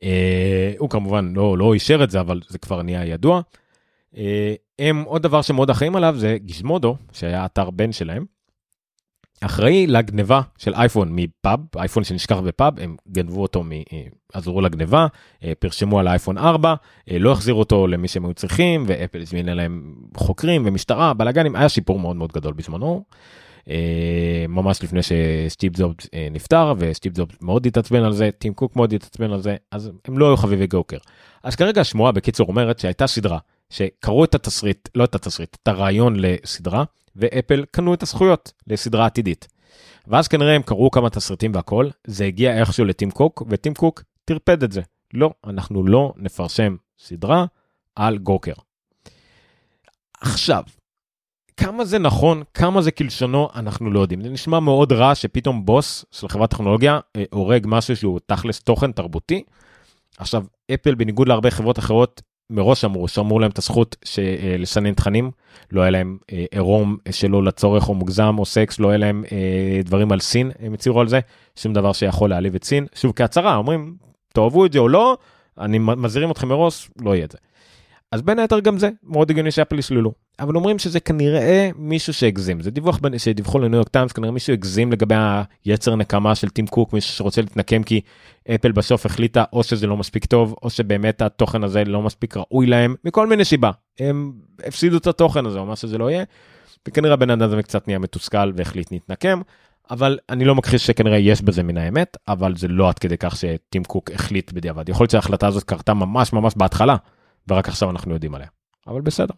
הוא כמובן לא אישר את זה, אבל זה כבר נהיה ידוע. עוד דבר שמאוד אחראים עליו זה גיזמודו, שהיה אתר בן שלהם, אחראי לגניבה של אייפון מפאב, אייפון שנשכח בפאב, הם גנבו אותו, עזרו לגניבה, פרשמו על האייפון 4, לא החזירו אותו למי שהם היו צריכים, ואפל הזמינה להם חוקרים ומשטרה, בלגנים, היה שיפור מאוד מאוד גדול בזמנו, ממש לפני שסטיב זובס נפטר, וסטיב זובס מאוד התעצבן על זה, טים קוק מאוד התעצבן על זה, אז הם לא היו חביבי גוקר. אז כרגע השמועה בקיצור אומרת שהייתה סדרה, שקראו את התסריט, לא את התסריט, את הרעיון לסדרה, ואפל קנו את הזכויות לסדרה עתידית. ואז כנראה הם קראו כמה תסריטים והכל, זה הגיע איכשהו לטים קוק, וטים קוק תרפד את זה. לא, אנחנו לא נפרשם סדרה על גוקר. עכשיו, כמה זה נכון, כמה זה כלשונו, אנחנו לא יודעים. זה נשמע מאוד רע שפתאום בוס של חברת טכנולוגיה הורג משהו שהוא תכלס תוכן תרבותי. עכשיו, אפל בניגוד להרבה חברות אחרות, מראש שמרו להם את הזכות לשנן תכנים, לא היה להם עירום שלא לצורך או מוגזם או סקס, לא היה להם דברים על סין, הם הציעו על זה, שום דבר שיכול להעליב את סין. שוב, כהצהרה, אומרים, תאהבו את זה או לא, אני מזהירים אתכם מראש, לא יהיה את זה. אז בין היתר גם זה, מאוד הגיוני שאפל ישללו. אבל אומרים שזה כנראה מישהו שהגזים. זה דיווח שדיווחו לניו יורק טיימס, כנראה מישהו הגזים לגבי היצר נקמה של טים קוק, מישהו שרוצה להתנקם כי אפל בסוף החליטה או שזה לא מספיק טוב, או שבאמת התוכן הזה לא מספיק ראוי להם, מכל מיני שיבה. הם הפסידו את התוכן הזה, או מה שזה לא יהיה, וכנראה בן אדם זה קצת נהיה מתוסכל והחליט להתנקם, אבל אני לא מכחיש שכנראה יש בזה מן האמת, אבל זה לא עד כדי כך שטים קוק החליט בדיעבד. יכול להיות שההחלטה הזאת קרתה ממש ממש בהתחלה, ורק עכשיו אנחנו יודעים עליה. אבל בסדר.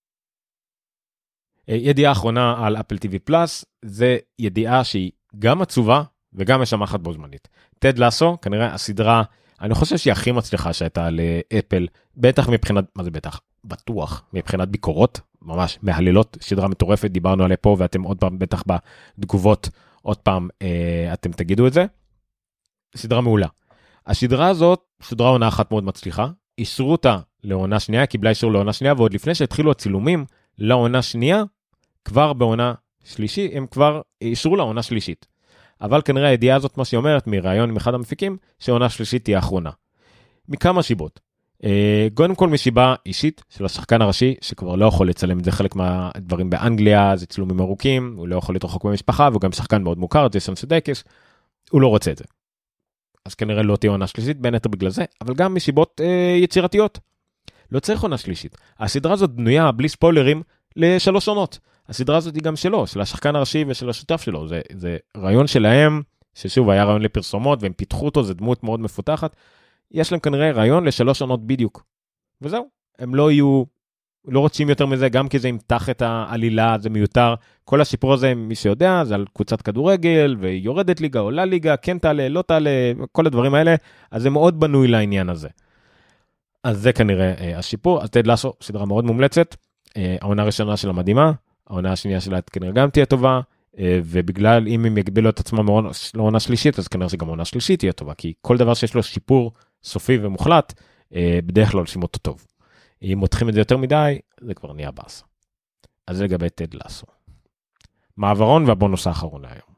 ידיעה אחרונה על אפל TV פלאס, זה ידיעה שהיא גם עצובה וגם משמחת בו זמנית. טד לסו, כנראה הסדרה, אני חושב שהיא הכי מצליחה שהייתה לאפל, בטח מבחינת, מה זה בטח? בטוח, מבחינת ביקורות, ממש מהלילות, סדרה מטורפת, דיברנו עליה פה, ואתם עוד פעם, בטח בתגובות, עוד פעם אתם תגידו את זה. סדרה מעולה. הסדרה הזאת, סדרה עונה אחת מאוד מצליחה, אישרו אותה לעונה שנייה, קיבלה אישור לעונה שנייה, ועוד לפני שהתחילו הצילומים לעונה שנייה, כבר בעונה שלישית, הם כבר אישרו לעונה שלישית. אבל כנראה הידיעה הזאת, מה שהיא אומרת, מראיון עם אחד המפיקים, שעונה שלישית תהיה האחרונה. מכמה שיבות. קודם כל משיבה אישית של השחקן הראשי, שכבר לא יכול לצלם את זה, חלק מהדברים באנגליה, זה צילומים ארוכים, הוא לא יכול להתרחוק במשפחה, והוא גם שחקן מאוד מוכר, ג'ייסון סודייקיס, הוא לא רוצה את זה. אז כנראה לא תהיה עונה שלישית, בין היתר בגלל זה, אבל גם משיבות יצירתיות. לא צריך עונה שלישית. הסדרה הזאת בנויה בלי ספוילרים לשלוש עונות. הסדרה הזאת היא גם שלו, של השחקן הראשי ושל השותף שלו. זה רעיון שלהם, ששוב היה רעיון לפרסומות, והם פיתחו אותו, זה דמות מאוד מפותחת. יש להם כנראה רעיון לשלוש עונות בדיוק. וזהו. הם לא יהיו, לא רוצים יותר מזה, גם כי זה ימתח את העלילה, זה מיותר. כל הסיפור הזה, מי שיודע, זה על קבוצת כדורגל, ויורדת ליגה, עולה ליגה, כן תעלה, לא תעלה, כל הדברים האלה. אז זה מאוד בנוי לעניין הזה. אז זה כנראה השיפור. אז טד לסו, סדרה מאוד מומלצת. העונה הראשונה שלה מדהימה, העונה השנייה שלה כנראה גם תהיה טובה, ובגלל אם הם יגבילו את עצמם לעונה שלישית, אז כנראה שגם העונה שלישית תהיה טובה, כי כל דבר שיש לו שיפור סופי ומוחלט, בדרך כלל עושים אותו טוב. אם מותחים את זה יותר מדי, זה כבר נהיה באס. אז זה לגבי טד לסו. מעברון והבונוס האחרון להיום.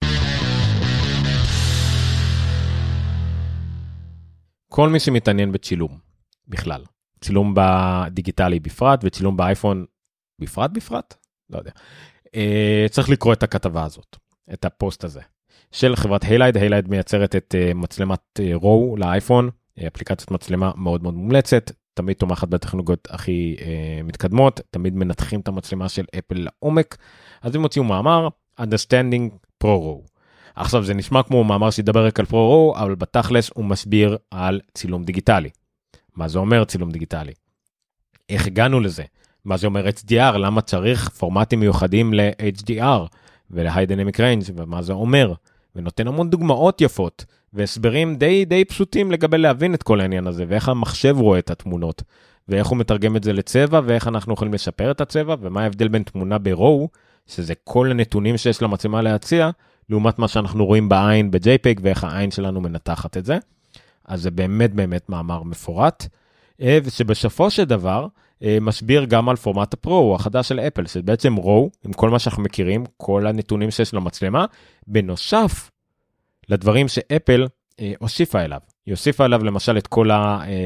כל מי שמתעניין בצילום, בכלל, צילום בדיגיטלי בפרט, וצילום באייפון בפרט? לא יודע. צריך לקרוא את הכתבה הזאת, את הפוסט הזה, של חברת הילייד. הילייד מייצרת את מצלמת רו לאייפון, אפליקציית מצלמה מאוד מאוד מומלצת, תמיד תומכת בטכנולוגיות הכי מתקדמות, תמיד מנתחים את המצלמה של אפל לעומק, אז הם הוציאו מאמר, Understanding Pro Raw. עכשיו זה נשמע כמו מאמר שידבר רק על Pro Raw, אבל בתכלס הוא מסביר על צילום דיגיטלי. מה זה אומר צילום דיגיטלי? איך הגענו לזה? מה זה אומר HDR? למה צריך פורמטים מיוחדים ל-HDR ול-High Dynamic Range? ומה זה אומר? ונותן המון דוגמאות יפות, והסברים די פשוטים לגבי להבין את כל העניין הזה, ואיך המחשב רואה את התמונות, ואיך הוא מתרגם את זה לצבע, ואיך אנחנו יכולים לשפר את הצבע, ומה ההבדל בין תמונה ב-RAW, שזה כל הנתונים שיש למצלמה להציע, לעומת מה שאנחנו רואים בעין ב-JPEG, ואיך העין שלנו מנתחת את זה. אז זה באמת מאמר מפורט, ושבסופו של דבר, משביר גם על פורמט הפרו החדש של אפל, שבעצם רו, עם כל מה שאנחנו מכירים, כל הנתונים שיש למצלמה, בנוסף לדברים שאפל הוסיפה אליו. היא הוסיפה עליו למשל את כל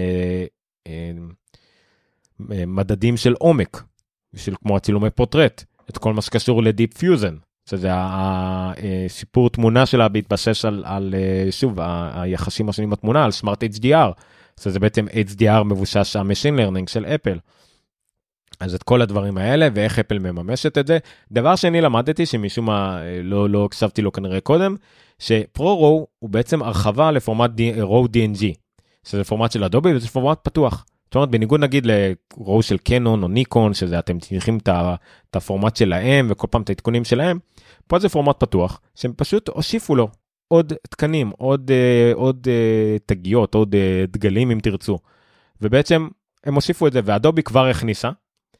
המדדים של עומק, כמו הצילומי פורטרט, את כל מה שקשור לדיפ פיוזן, שזה הסיפור תמונה שלה בהתבסס על שוב, היחסים השונים בתמונה, על Smart HDR, שזה בעצם HDR מבושש המשין לרנינג של אפל. אז את כל הדברים האלה, ואיך אפל מממשת את זה. דבר שני למדתי, שמשום מה לא הקשבתי לו כנראה קודם, שפרו-רו הוא בעצם הרחבה לפורמט רו DNG, שזה פורמט של אדובי, וזה פורמט פתוח. זאת אומרת, בניגוד נגיד ל-רו של קנון או ניקון, שזה אתם צריכים את הפורמט שלהם, וכל פעם את העדכונים שלהם, פה זה פורמט פתוח, שהם פשוט הוסיפו לו עוד תקנים, עוד תגיות, עוד דגלים אם תרצו. ובעצם הם הוסיפו את זה, ואדובי כבר הכניסה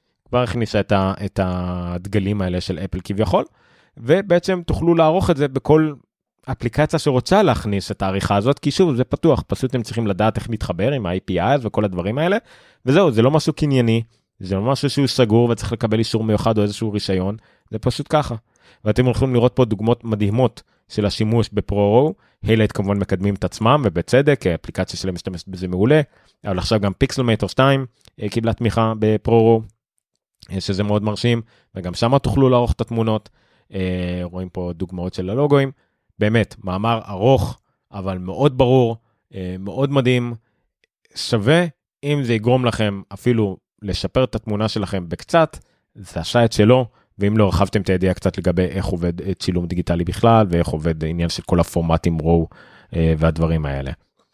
את הדגלים האלה של אפל כביכול, ובעצם תוכלו לערוך את זה בכל אפליקציה שרוצה להכניס את העריכה הזאת, כי שוב, זה פתוח, פשוט הם צריכים לדעת איך להתחבר עם ה-API וכל הדברים האלה, וזהו, זה לא משהו קנייני, זה לא משהו שהוא סגור וצריך לקבל אישור מיוחד או איזשהו רישיון, זה פשוט ככה. ואתם הולכים לראות פה דוגמאות מדהימות של השימוש בפרו-רו, הילייט כמובן מקדמים את עצמם, ובצדק, האפליקציה שלהם משתמשת בזה מעולה, אבל עכשיו גם פיקסלמטר 2 קיבלה תמיכה בפרו-רו, שזה מאוד מרשים, וגם שם תוכלו לערוך את התמונות, רואים פה דוגמאות של הלוגויים, באמת, מאמר ארוך, אבל מאוד ברור, מאוד מדהים, שווה, אם זה יגרום לכם אפילו לשפר את התמונה שלכם בקצת, זה השייט שלו, ואם לא רחבתם את הידיעה קצת לגבי איך עובד צילום דיגיטלי בכלל, ואיך עובד העניין של כל הפורמטים רו והדברים האלה.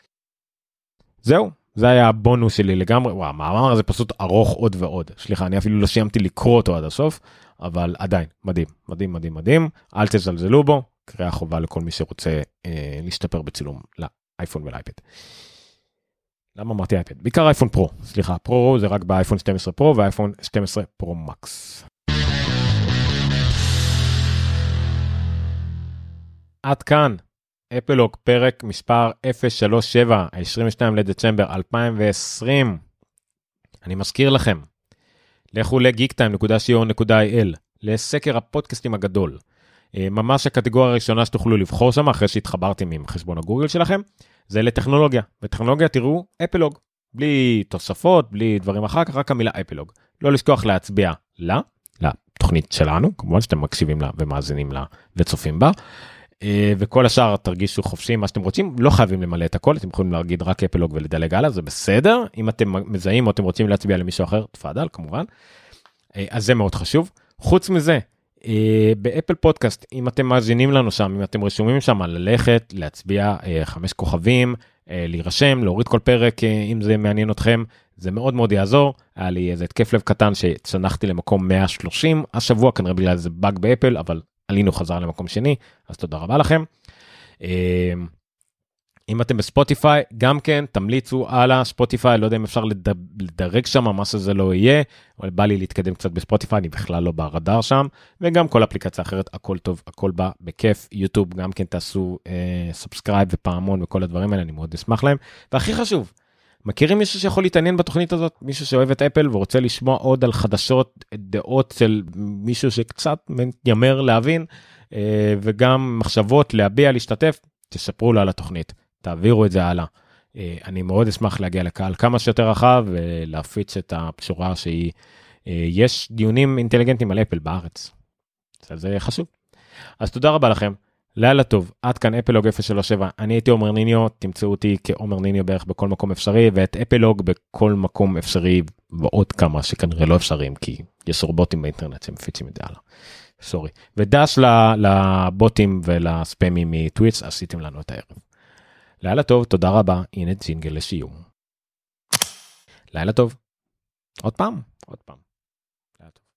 זהו, זה היה הבונוס שלי לגמרי, וואו, המאמר הזה פשוט ארוך עוד ועוד. סליחה, אני אפילו לא סיימתי לקרוא אותו עד הסוף, אבל עדיין, מדהים, מדהים, מדהים, מדהים. אל תזלזלו בו, קריאה חובה לכל מי שרוצה להשתפר בצילום לאייפון ולאייפד. למה אמרתי אייפד? בעיקר אייפון פרו, סליחה, פרו זה רק באייפון 12 פרו ואייפון 12 פרו מקס. עד כאן, אפלוג פרק מספר 037, ה-22 לדצמבר 2020. אני מזכיר לכם, לכו ל-geektime.co.il, לסקר הפודקאסטים הגדול. ממש הקטגוריה הראשונה שתוכלו לבחור שם, אחרי שהתחברתם עם חשבון הגוגל שלכם, זה לטכנולוגיה. בטכנולוגיה תראו אפלוג, בלי תוספות, בלי דברים אחר כך, רק המילה אפלוג. לא לשכוח להצביע לתוכנית שלנו, כמובן שאתם מקשיבים לה ומאזינים לה וצופים בה, וכל השאר תרגישו חופשי מה שאתם רוצים, לא חייבים למלא את הכל, אתם יכולים להגיד רק אפלוג ולדלג הלאה, זה בסדר, אם אתם מזהים או אתם רוצים להצביע למישהו אחר, תפאדל כמובן, אז זה מאוד חשוב. חוץ מזה, באפל פודקאסט, אם אתם מאזינים לנו שם, אם אתם רשומים שם, ללכת, להצביע 5 כוכבים, להירשם, להוריד כל פרק אם זה מעניין אתכם, זה מאוד מאוד יעזור. היה לי איזה התקף לב קטן שצנחתי למקום 130 השבוע, כנראה בגלל איזה באג באפל, אבל עלינו חזר למקום שני, אז תודה רבה לכם. אם אתם בספוטיפיי, גם כן תמליצו על ספוטיפיי, לא יודע אם אפשר לדרג שם, מה שזה לא יהיה, אבל בא לי להתקדם קצת בספוטיפיי, אני בכלל לא ברדאר שם, וגם כל אפליקציה אחרת, הכל טוב, הכל בא בכיף, יוטיוב גם כן תעשו סאבסקרייב ופעמון וכל הדברים האלה, אני מאוד אשמח להם, והכי חשוב, מכירים מישהו שיכול להתעניין בתוכנית הזאת, מישהו שאוהב את אפל ורוצה לשמוע עוד על חדשות, דעות של מישהו שקצת מתיימר להבין, וגם מחשבות להביע, להשתתף, תספרו לו על התוכנית. תעבירו את זה הלאה. אני מאוד אשמח להגיע לקהל כמה שיותר רחב, ולהפיץ את הבשורה שהיא, יש דיונים אינטליגנטיים על אפל בארץ. זה חשוב. אז תודה רבה לכם, לילה טוב, עד כאן אפלוג 037, אני הייתי עומר ניניו, תמצאו אותי כעומר ניניו בערך בכל מקום אפשרי, ואת אפלוג בכל מקום אפשרי, ועוד כמה שכנראה לא אפשריים, כי יש רובוטים באינטרנט שמפיצים את זה הלאה. סורי. ודש לבוטים ולספמים מטוויץ', עשיתם לנו את הערב. לילה טוב, תודה רבה, הנה ג'ינגל לשיום. לילה טוב. עוד פעם. לילה טוב.